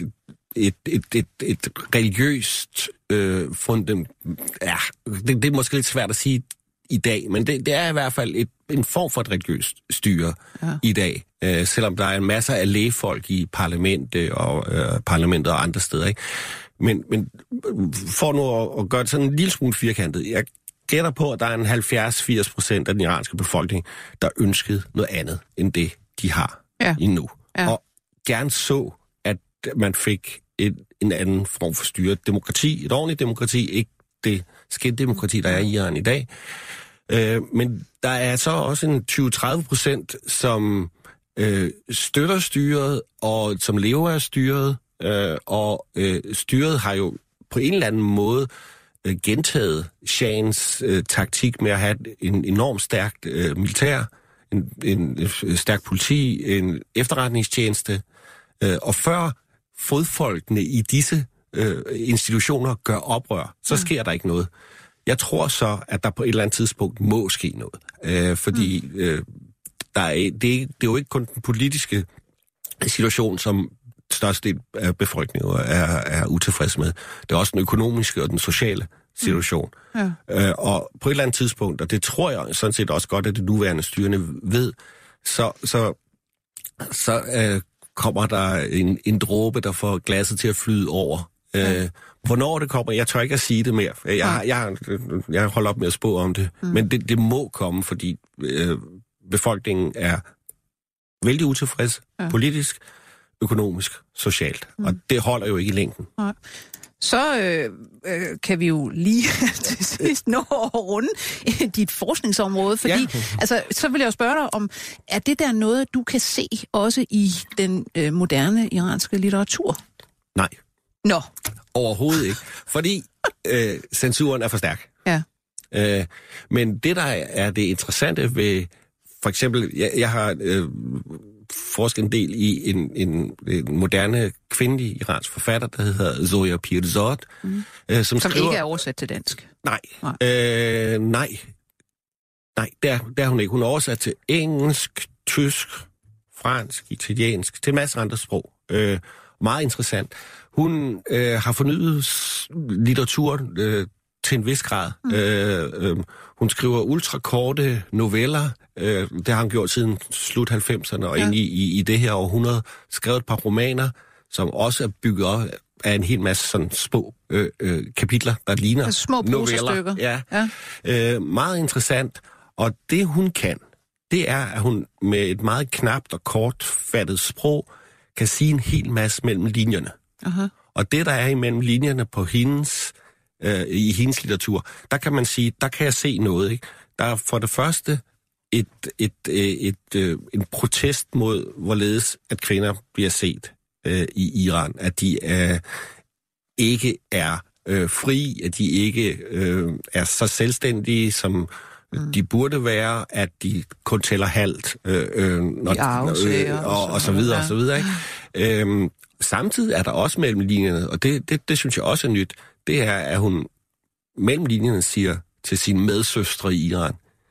et, et, et, et religiøst øh, fundament. Ja, det, det er måske lidt svært at sige i dag, men det, det er i hvert fald et, en form for et religiøst styre ja. i dag, øh, selvom der er en masse af lægefolk i parlamentet og øh, parlamentet og andre steder, ikke? Men, men for nu at, at gøre det sådan en lille smule firkantet, jeg gætter på, at der er en halvfjerds til firs procent af den iranske befolkning, der ønskede noget andet end det, de har ja. endnu. Ja. Og gerne så, at man fik et, en anden form for styre. Demokrati, et ordentligt demokrati, ikke det skindemokrati, der er i Iran i dag. Øh, men der er så også en tyve til tredive procent, som øh, støtter styret, og som lever af styret, øh, og øh, styret har jo på en eller anden måde øh, gentaget Shahens øh, taktik med at have en enormt stærkt øh, militær, en, en øh, stærk politi, en efterretningstjeneste, øh, og før fodfolkene i disse øh, institutioner gør oprør, så mm. sker der ikke noget. Jeg tror så, at der på et eller andet tidspunkt må ske noget. Øh, fordi mm. øh, der er, det, er, det er jo ikke kun den politiske situation, som størstedelen af befolkningen er, er utilfreds med. Det er også den økonomiske og den sociale situation. Mm. Ja. Øh, og på et eller andet tidspunkt, og det tror jeg sådan set også godt, at det nuværende styrende ved, så, så, så øh, kommer der en, en dråbe, der får glasset til at flyde over. Ja. Øh, hvornår det kommer, jeg tør ikke at sige det mere. Jeg, ja. jeg, jeg, jeg holder op med at spå om det. Mm. Men det, det må komme, fordi øh, befolkningen er vældig utilfreds, ja. politisk, økonomisk, socialt. Mm. Og det holder jo ikke i længden. Ja. Så øh, øh, kan vi jo lige til sidst nå at runde dit forskningsområde, fordi ja. altså, så vil jeg jo spørge dig om, er det der noget, du kan se også i den øh, moderne iranske litteratur? Nej. Nå. Overhovedet ikke. Fordi øh, censuren er for stærk. Ja. Øh, men det, der er det interessante ved, for eksempel, jeg, jeg har øh, forsket en del i en, en, en moderne kvindelig iransk forfatter, der hedder Zoya Pirzad. Mm. Øh, som som skriver, ikke er oversat til dansk. Nej. Nej. Øh, nej. Nej, det er, det er hun ikke. Hun er oversat til engelsk, tysk, fransk, italiensk, til en masse andre sprog. Øh, meget interessant. Hun øh, har fornyet litteratur øh, til en vis grad. Mm. Øh, øh, hun skriver ultrakorte noveller. Øh, det har hun gjort siden slut halvfemserne og ja. ind i, i, i det her århundrede. Skrevet et par romaner, som også er bygget op af en hel masse sådan små øh, øh, kapitler, der ligner altså små noveller. Ja. Ja. Øh, meget interessant. Og det hun kan, det er, at hun med et meget knapt og kortfattet sprog kan sige en hel masse mellem linjerne. Uh-huh. Og det, der er imellem linjerne på hendes, øh, i hendes litteratur, der kan man sige, der kan jeg se noget. Ikke? Der er for det første et, et, et, et, øh, en protest mod, hvorledes at kvinder bliver set øh, i Iran. At de øh, ikke er øh, fri, at de ikke øh, er så selvstændige, som mm. de burde være, at de kun tæller halvt, øh, øh, når, de afsager, øh, og, og så videre, ja. og så videre. Ikke? Øhm, samtidig er der også mellem linjerne, og det, det, det synes jeg også er nyt, det er, at hun mellem linjerne siger til sine medsøstre i Iran,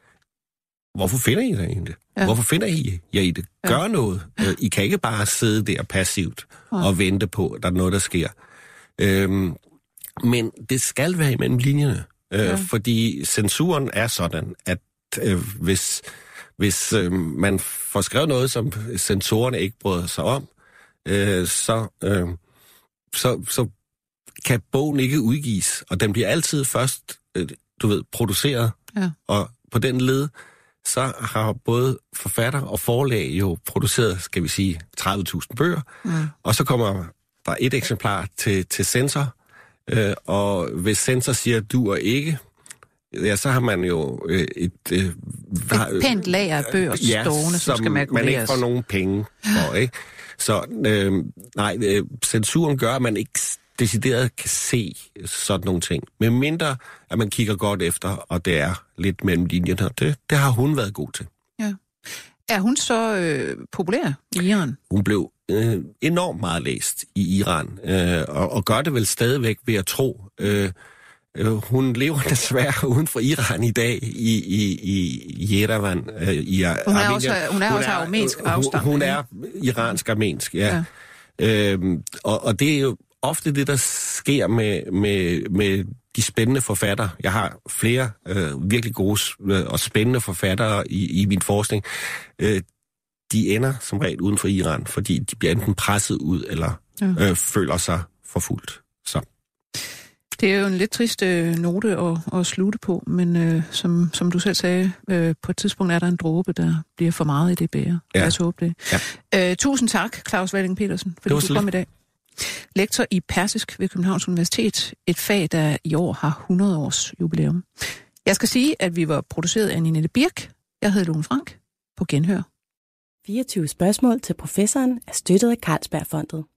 hvorfor finder I det egentlig? Ja. Hvorfor finder I jer i det? Gør ja. noget. I kan ikke bare sidde der passivt ja. og vente på, at der er noget, der sker. Øhm, men det skal være imellem linjerne. Ja. Øh, fordi censuren er sådan, at øh, hvis, hvis øh, man får skrevet noget, som censorerne ikke bryder sig om, øh, så, øh, så, så kan bogen ikke udgives, og den bliver altid først, øh, du ved, produceret, ja. og på den led, så har både forfatter og forlag jo produceret, skal vi sige, tredive tusind bøger, mm. og så kommer der et eksemplar til, til censor, øh, og hvis censor siger, du og ikke, ja, så har man jo øh, et... Øh, et pænt lager af bøger ja, stående, som skal makuleres. Man ikke får nogen penge for, ikke? Så øh, nej, øh, censuren gør, at man ikke decideret kan se sådan nogle ting. Men mindre, at man kigger godt efter, og det er lidt mellem linjerne. Det, det har hun været god til. Ja. Er hun så øh, populær i Iran? Hun blev øh, enormt meget læst i Iran, øh, og, og gør det vel stadigvæk ved at tro. Øh, øh, hun lever desværre uden for Iran i dag, i, i, i Yerevan. Øh, i hun er Armenien. også, hun er hun også er, armensk afstand. Hun, hun er iransk-armensk, ja. ja. Øh, og, og det er jo ofte det, der sker med, med, med de spændende forfattere. Jeg har flere øh, virkelig gode øh, og spændende forfattere i, i min forskning. Øh, de ender som regel uden for Iran, fordi de bliver enten presset ud, eller ja. øh, føler sig forfulgt. Så. Det er jo en lidt trist øh, note at, at slutte på, men øh, som, som du selv sagde, øh, på et tidspunkt er der en dråbe, der bliver for meget i det bære. Ja. Lad os håbe det. Ja. Øh, tusind tak, Claus Walling Petersen, fordi du kom i dag. Lektor i persisk ved Københavns Universitet, et fag, der i år har hundrede års jubilæum. Jeg skal sige, at vi var produceret af Ninette Birk. Jeg hedder Lone Frank. På genhør. fireogtyve spørgsmål til professoren er støttet af Carlsbergfondet.